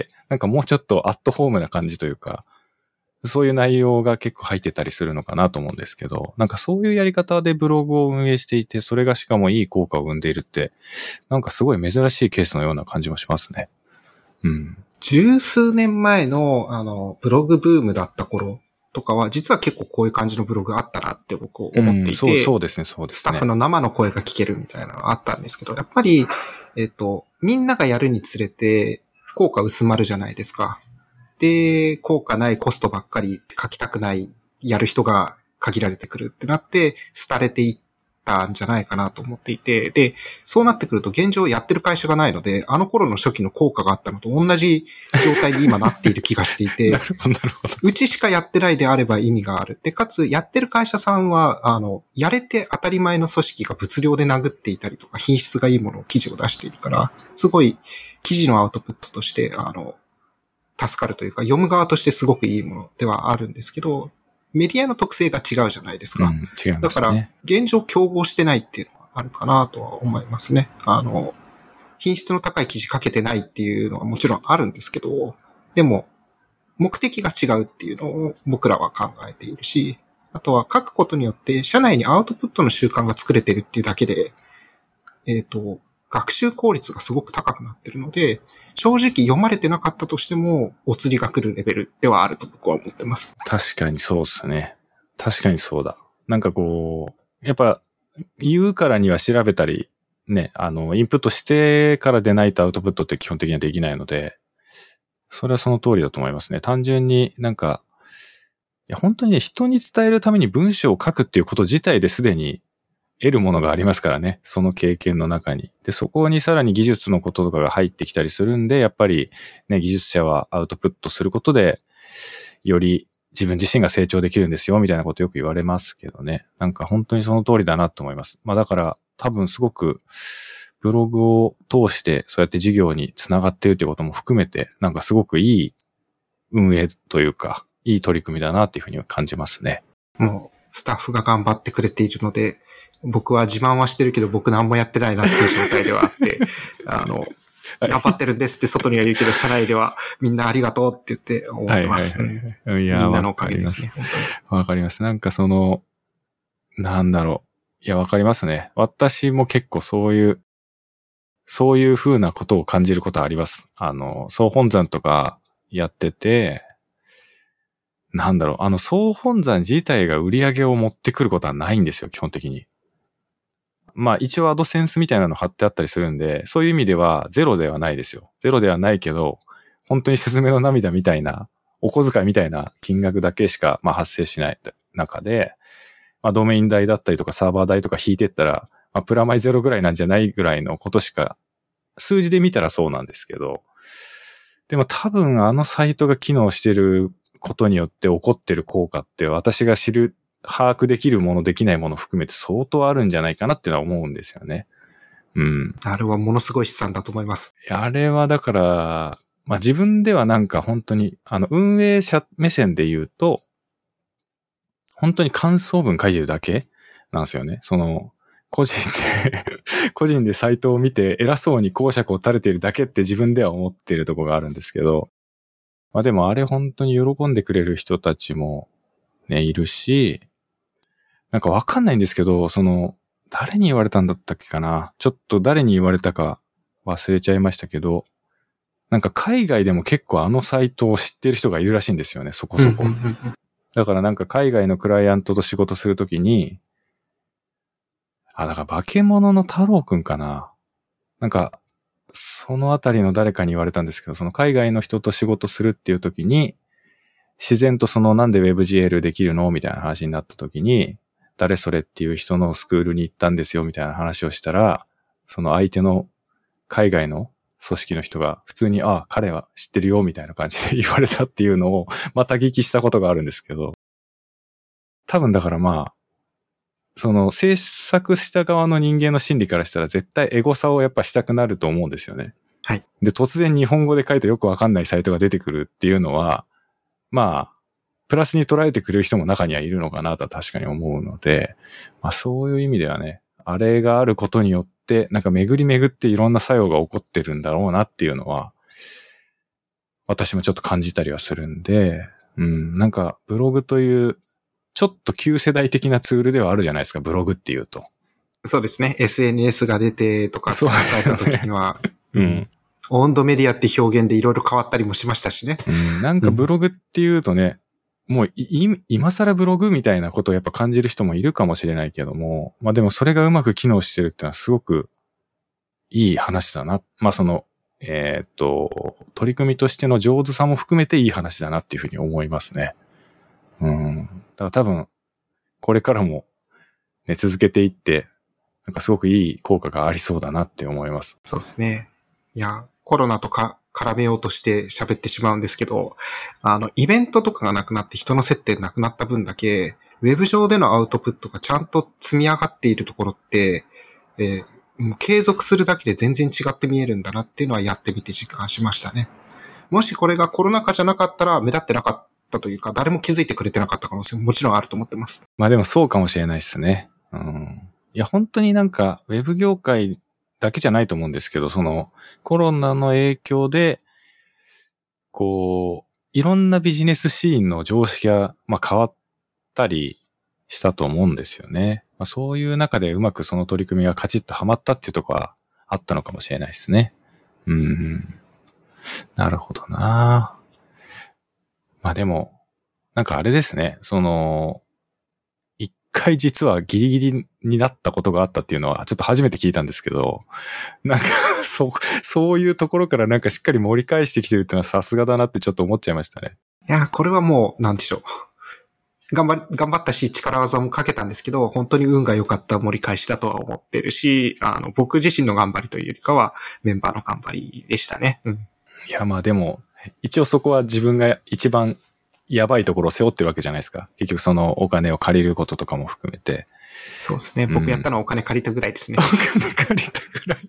なんかもうちょっとアットホームな感じというか、そういう内容が結構入ってたりするのかなと思うんですけど、なんかそういうやり方でブログを運営していて、それがしかもいい効果を生んでいるって、なんかすごい珍しいケースのような感じもしますね。 十数年前のブログブームだった頃とかは、実は結構こういう感じのブログあったなって僕思っていて、 そうですね、そうですね。 スタッフの生の声が聞けるみたいなのがあったんですけど、やっぱり、みんながやるにつれて、効果薄まるじゃないですか。で、効果ないコストばっかり書きたくない、やる人が限られてくるってなって、廃れていったんじゃないかなと思っていて、で、そうなってくると現状やってる会社がないので、あの頃の初期の効果があったのと同じ状態に今なっている気がしていて、うちしかやってないであれば意味がある。で、かつ、やってる会社さんは、やれて当たり前の組織が物量で殴っていたりとか、品質がいいものを記事を出しているから、すごい記事のアウトプットとして、助かるというか、読む側としてすごくいいものではあるんですけど、メディアの特性が違うじゃないですか。 違いますね。 だから、現状競合してないっていうのはあるかなとは思いますね。品質の高い記事書けてないっていうのはもちろんあるんですけど、でも、目的が違うっていうのを僕らは考えているし、あとは書くことによって社内にアウトプットの習慣が作れてるっていうだけで、学習効率がすごく高くなってるので、正直読まれてなかったとしても、お釣りが来るレベルではあると僕は思ってます。 確かにそうですね。確かにそうだ。なんかやっぱ言うからには調べたり、ね、インプットしてからでないとアウトプットって基本的にはできないので、それはその通りだと思いますね。単純になんか、いや本当にね、人に伝えるために文章を書くっていうこと自体ですでに得るものがありますからね。その経験の中に。で、そこにさらに技術のこととかが入ってきたりするんで、やっぱりね、技術者はアウトプットすることで、より自分自身が成長できるんですよ、みたいなことよく言われますけどね。なんか本当にその通りだなと思います。まあだから多分すごくブログを通してそうやって事業につながっているということも含めて、なんかすごくいい運営というか、いい取り組みだなっていうふうには感じますね。 もうスタッフが頑張ってくれているので、 僕は自慢はしてるけど僕何もやってないなっていう状態ではあって、頑張ってるんですって外には言うけど、社内ではみんなありがとうって言って思ってます。 いや、みんなのおかげですね。わかります。なんかなんだろう。いや、わかりますね。私も結構そういう風なことを感じることあります。総本山とかやってて、なんだろう、総本山自体が売り上げを持ってくることはないんですよ、基本的に。まあ一応アドセンスみたいなの貼ってあったりするんで、そういう意味ではゼロではないですよ。ゼロではないけど、本当にスズメの涙みたいな、お小遣いみたいな金額だけしか、まあ、発生しない中で、まあ、ドメイン代だったりとかサーバー代とか引いてったら、まあ、プラマイゼロぐらいなんじゃないぐらいのことしか、数字で見たらそうなんですけど、でも多分サイトが機能してることによって起こってる効果って私が把握できるものできないもの含めて相当あるんじゃないかなっていうのは思うんですよね。うん。 あれはものすごい資産だと思います。 あれはだから、まあ、自分ではなんか本当に、運営者目線で言うと、本当に感想文書いてるだけなんですよね。個人でサイトを見て偉そうに講釈を垂れているだけって自分では思っているところがあるんですけど、まあでもあれ本当に喜んでくれる人たちもね、いるし、なんかわかんないんですけど、誰に言われたんだったっけかな。ちょっと誰に言われたか忘れちゃいましたけど、なんか海外でも結構サイトを知ってる人がいるらしいんですよね、そこそこ。だからなんか海外のクライアントと仕事するときに、だから化け物の太郎くんかな。なんか、そのあたりの誰かに言われたんですけど、その海外の人と仕事するっていうときに、自然となんで WebGL できるのみたいな話になったときに、誰それっていう人のスクールに行ったんですよみたいな話をしたら、その相手の海外の組織の人が普通に、彼は知ってるよみたいな感じで言われたっていうのをまた聞きしたことがあるんですけど、多分だからまあ、制作した側の人間の心理からしたら絶対エゴサをやっぱしたくなると思うんですよね。 はい。 で、突然日本語で書いてよくわかんないサイトが出てくるっていうのは、まあ、プラスに捉えてくれる人も中にはいるのかなとは確かに思うので、まあそういう意味ではね、あれがあることによって、なんか巡り巡っていろんな作用が起こってるんだろうなっていうのは、私もちょっと感じたりはするんで、なんかブログという、ちょっと旧世代的なツールではあるじゃないですか、ブログっていうと。 そうですね。SNS が出てとか考えた時には、温度メディアって表現でいろいろ変わったりもしましたしね。 なんかブログっていうとね、もう今更ブログみたいなことをやっぱ感じる人もいるかもしれないけども、まあでもそれがうまく機能してるってのはすごくいい話だな。まあ取り組みとしての上手さも含めていい話だなっていうふうに思いますね。だから多分、これからもね、続けていって、なんかすごくいい効果がありそうだなって思います。 そうですね。いや、コロナとか絡めようとして喋ってしまうんですけど、イベントとかがなくなって人の接点なくなった分だけ、ウェブ上でのアウトプットがちゃんと積み上がっているところって、もう継続するだけで全然違って見えるんだなっていうのはやってみて実感しましたね。もしこれがコロナ禍じゃなかったら目立ってなかったというか、誰も気づいてくれてなかった可能性ももちろんあると思ってます。 まあでもそうかもしれないですね。いや本当になんかウェブ業界だけじゃないと思うんですけど、コロナの影響で、いろんなビジネスシーンの常識が、まあ、変わったりしたと思うんですよね。まあ、そういう中でうまくその取り組みがカチッとはまったっていうところはあったのかもしれないですね。なるほどな。まあでも、なんかあれですね、一回実はギリギリになったことがあったっていうのはちょっと初めて聞いたんですけど、なんかそういうところからなんかしっかり盛り返してきてるっていうのはさすがだなってちょっと思っちゃいましたね。 いや、これはもう、なんでしょう。頑張ったし、力技もかけたんですけど、本当に運が良かった盛り返しだとは思ってるし、僕自身の頑張りというよりかは、メンバーの頑張りでしたね。 いや、まあでも、一応そこは自分が一番やばいところを背負ってるわけじゃないですか。結局そのお金を借りることとかも含めて。 そうですね。僕やったのはお金借りたぐらいですね。 お金借りたぐら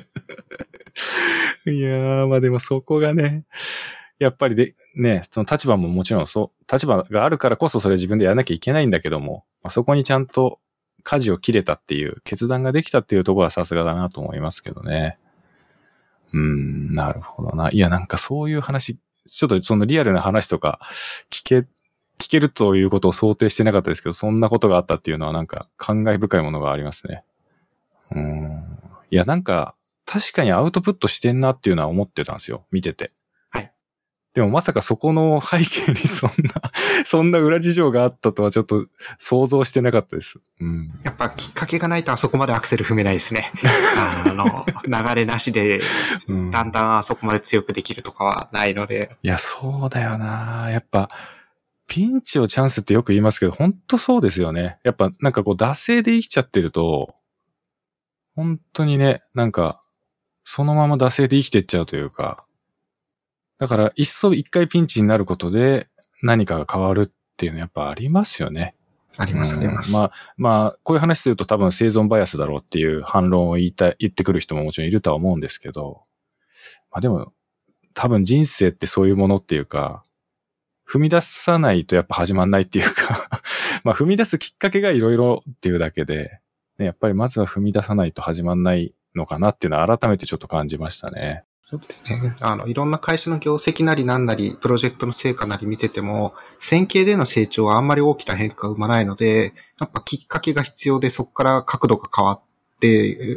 い。いやー、まあでもそこがね、やっぱりね、その立場ももちろん立場があるからこそそれ自分でやらなきゃいけないんだけども、まあ、そこにちゃんと舵を切れたっていう、決断ができたっていうところはさすがだなと思いますけどね。なるほどな。いや、なんかそういう話、ちょっとそのリアルな話とか聞けるということを想定してなかったですけど、そんなことがあったっていうのはなんか感慨深いものがありますね。いや、なんか確かにアウトプットしてんなっていうのは思ってたんですよ。見てて。 はい。 でもまさかそこの背景にそんな裏事情があったとはちょっと想像してなかったです。 やっぱきっかけがないとあそこまでアクセル踏めないですね。流れなしで、だんだんあそこまで強くできるとかはないので。 いや、そうだよな。やっぱ、ピンチをチャンスってよく言いますけど、本当そうですよね。やっぱなんかこう、惰性で生きちゃってると、本当にね、なんか、そのまま惰性で生きてっちゃうというか、だから、一回ピンチになることで何かが変わるっていうのやっぱありますよね。 あります、あります。 まあ、こういう話すると多分生存バイアスだろうっていう反論を言ってくる人ももちろんいるとは思うんですけど、まあでも、多分人生ってそういうものっていうか、踏み出さないとやっぱ始まんないっていうかまあ踏み出すきっかけがいろいろっていうだけで、ね、やっぱりまずは踏み出さないと始まんないのかなっていうのは改めてちょっと感じましたね。 そうですね。いろんな会社の業績なりなんなり、プロジェクトの成果なり見てても、線形での成長はあんまり大きな変化を生まないので、やっぱきっかけが必要で、そこから角度が変わって、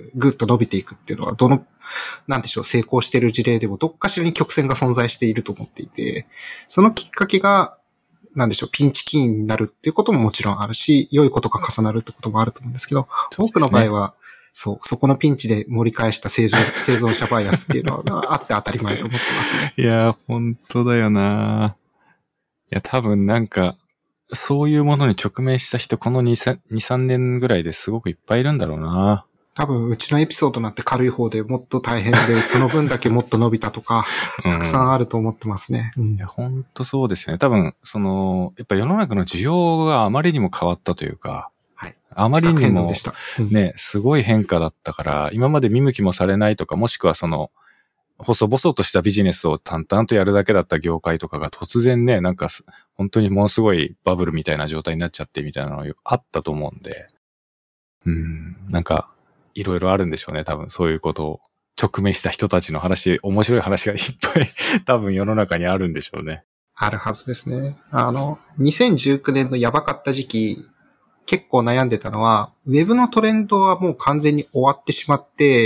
ぐっと伸びていくっていうのは、なんでしょう、成功している事例でもどっかしらに曲線が存在していると思っていて、そのきっかけが、なんでしょう、ピンチ起因になるっていうことももちろんあるし、良いことが重なるってこともあると思うんですけど、多くの場合は、そこのピンチで盛り返した生存者バイアスっていうのはあって当たり前と思ってますね。 いやー、本当だよな。いや、多分なんか、そういうものに直面した人、この2、3年ぐらいですごくいっぱいいるんだろうな。 多分、うちのエピソードなんて軽い方でもっと大変で、その分だけもっと伸びたとか、たくさんあると思ってますね。 いや、本当そうですよね。多分、やっぱ世の中の需要があまりにも変わったというか、 はい。 あまりにもね、 すごい変化だったから、今まで見向きもされないとか、もしくは細々としたビジネスを淡々とやるだけだった業界とかが突然ね、なんか本当にものすごいバブルみたいな状態になっちゃってみたいなのがあったと思うんで、なんか、いろいろあるんでしょうね。多分そういうことを直面した人たちの話、面白い話がいっぱい多分世の中にあるんでしょうね。 あるはずですね。2019年のやばかった時期、結構悩んでたのは、ウェブのトレンドはもう完全に終わってしまって、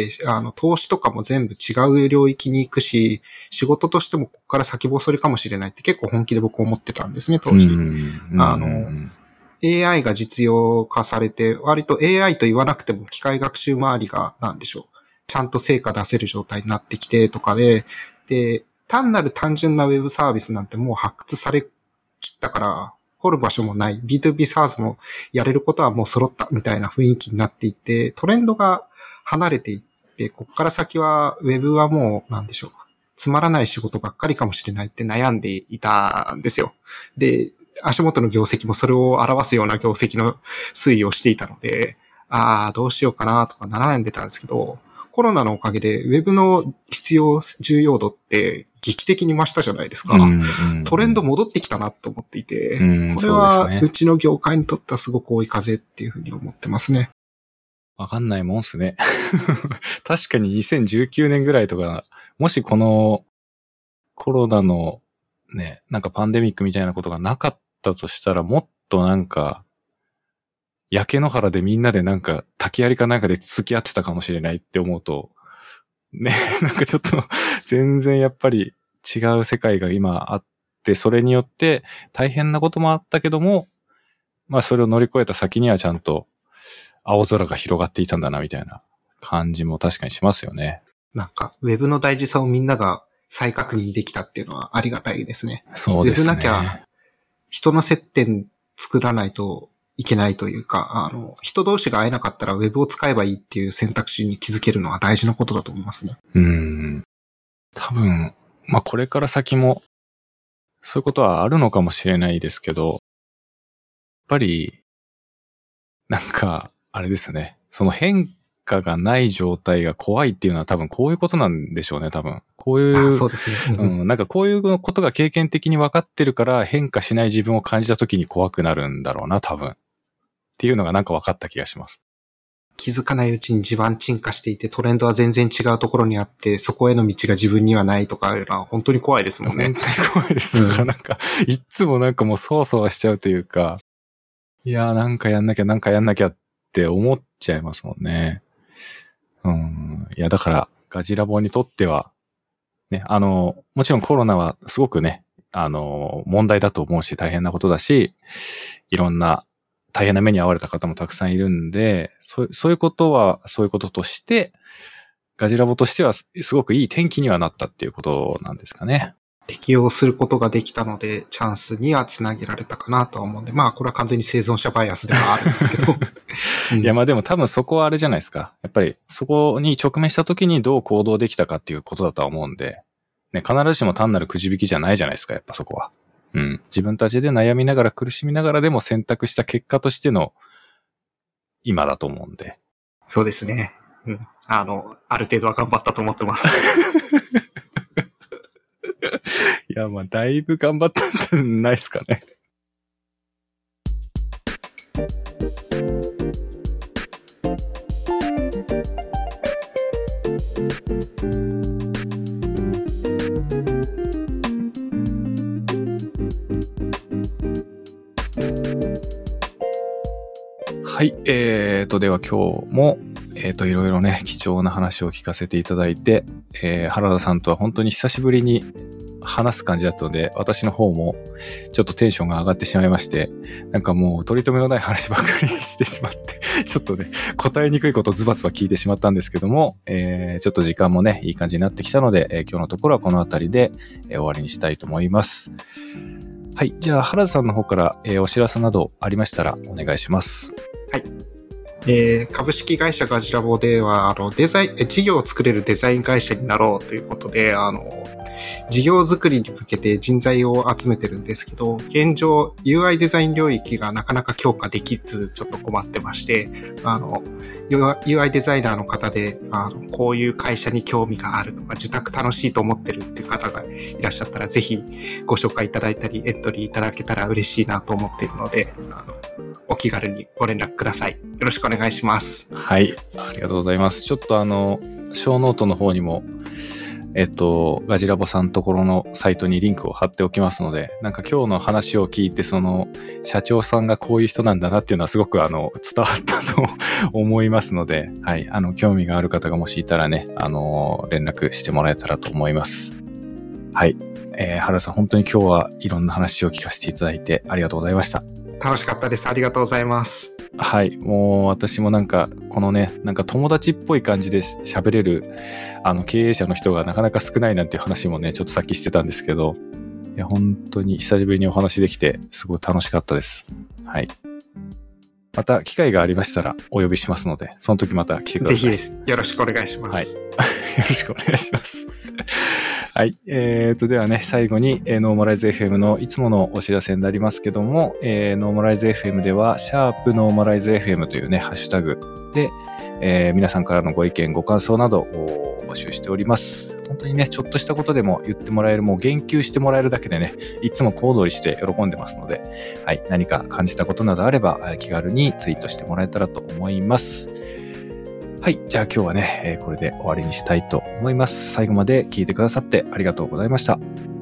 投資とかも全部違う領域に行くし、仕事としてもここから先細りかもしれないって結構本気で僕思ってたんですね、当時。AI が実用化されて、割と AI と言わなくても機械学習周りが、なんでしょう、ちゃんと成果出せる状態になってきてとかで、単なる単純なウェブサービスなんてもう発掘されきったから、掘る場所もない。B2B SaaS もやれることはもう揃ったみたいな雰囲気になっていて、トレンドが離れていって、こっから先はウェブはもう、なんでしょう、つまらない仕事ばっかりかもしれないって悩んでいたんですよ。で、足元の業績もそれを表すような業績の推移をしていたので、どうしようかなとか悩んでたんですけど、コロナのおかげでウェブの重要度って劇的に増したじゃないですか。トレンド戻ってきたなと思っていて、これはうちの業界にとってはすごく追い風っていうふうに思ってますね。 わかんないもんっすね。確かに2019年ぐらいとか、もしこのコロナのね、なんかパンデミックみたいなことがなかったとしたら、もっとなんか、焼け野原でみんなでなんか竹槍かなんかで付き合ってたかもしれないって思うと、ね、なんかちょっと全然やっぱり違う世界が今あって、それによって大変なこともあったけども、まあそれを乗り越えた先にはちゃんと青空が広がっていたんだなみたいな感じも確かにしますよね。 なんかウェブの大事さをみんなが再確認できたっていうのはありがたいですね。 そうですね。 ウェブなきゃ人の接点作らないといけないというか、人同士が会えなかったらウェブを使えばいいっていう選択肢に気づけるのは大事なことだと思いますね。 多分、まあこれから先もそういうことはあるのかもしれないですけど、やっぱり、なんか、あれですね。その変化がない状態が怖いっていうのは多分こういうことなんでしょうね、多分。こういう、 そうですね。 なんかこういうことが経験的に分かってるから変化しない自分を感じた時に怖くなるんだろうな、多分。 っていうのがなんか分かった気がします。 気づかないうちに地盤沈下していて、トレンドは全然違うところにあって、そこへの道が自分にはないとかいうのは本当に怖いですもんね。 本当に怖いです。だからなんか、いつもなんかもうそわそわしちゃうというか、いやーなんかやんなきゃって思っちゃいますもんね。いやだからガジラボにとっては、ね、もちろんコロナはすごくね、問題だと思うし大変なことだし、いろんな大変な目に遭われた方もたくさんいるんで、そういうことはそういうこととして、ガジラボとしてはすごくいい転機にはなったっていうことなんですかね。 適用することができたので、チャンスにはつなげられたかなとは思うんで、まあこれは完全に生存者バイアスではあるんですけど。 いやまあでも多分そこはあれじゃないですか。やっぱりそこに直面した時にどう行動できたかっていうことだとは思うんで、ね、必ずしも単なるくじ引きじゃないじゃないですか、やっぱそこは。自分たちで悩みながら苦しみながらでも選択した結果としての今だと思うんで。 そうですね。ある程度は頑張ったと思ってます。 いや、まあ、だいぶ頑張ったんじゃないですかね。はい。では今日も、いろいろね、貴重な話を聞かせていただいて、原田さんとは本当に久しぶりに話す感じだったので、私の方もちょっとテンションが上がってしまいまして、なんかもう取り留めのない話ばっかりしてしまって、ちょっとね、答えにくいことをズバズバ聞いてしまったんですけども、ちょっと時間もね、いい感じになってきたので、今日のところはこのあたりで、終わりにしたいと思います。はい。じゃあ、原田さんの方から、お知らせなどありましたらお願いします。 はい。株式会社ガジラボでは、事業を作れるデザイン会社になろうということで、事業作りに向けて人材を集めてるんですけど、現状 UI デザイン領域がなかなか強化できずちょっと困ってまして、UI デザイナーの方でこういう会社に興味があるとか受託楽しいと思ってるっていう方がいらっしゃったら、ぜひご紹介いただいたりエントリーいただけたら嬉しいなと思っているので、お気軽にご連絡ください。よろしくお願いします。 はい、ありがとうございます。ちょっと小ノートの方にもガジラボさんところのサイトにリンクを貼っておきますので、なんか今日の話を聞いて、社長さんがこういう人なんだなっていうのはすごく伝わったと思いますので、はい、興味がある方がもしいたらね、連絡してもらえたらと思います。はい。原さん、本当に今日はいろんな話を聞かせていただいてありがとうございました。 楽しかったです。ありがとうございます。 はい。もう私もなんか、このね、なんか友達っぽい感じで喋れる、経営者の人がなかなか少ないなんていう話もね、ちょっとさっきしてたんですけど、いや、本当に久しぶりにお話できて、すごい楽しかったです。はい。また機会がありましたらお呼びしますので、その時また来てください。 ぜひです。よろしくお願いします。 はい。よろしくお願いします。はい。ではね、最後に、ノーマライズ FM のいつものお知らせになりますけども、ノーマライズ FM では、シャープノーマライズ FM というね、ハッシュタグで、皆さんからのご意見、ご感想などを募集しております。本当にね、ちょっとしたことでも言ってもらえる、もう言及してもらえるだけでね、いつも小躍りして喜んでますので、はい。何か感じたことなどあれば、気軽にツイートしてもらえたらと思います。はい。じゃあ今日はね、これで終わりにしたいと思います。最後まで聞いてくださってありがとうございました。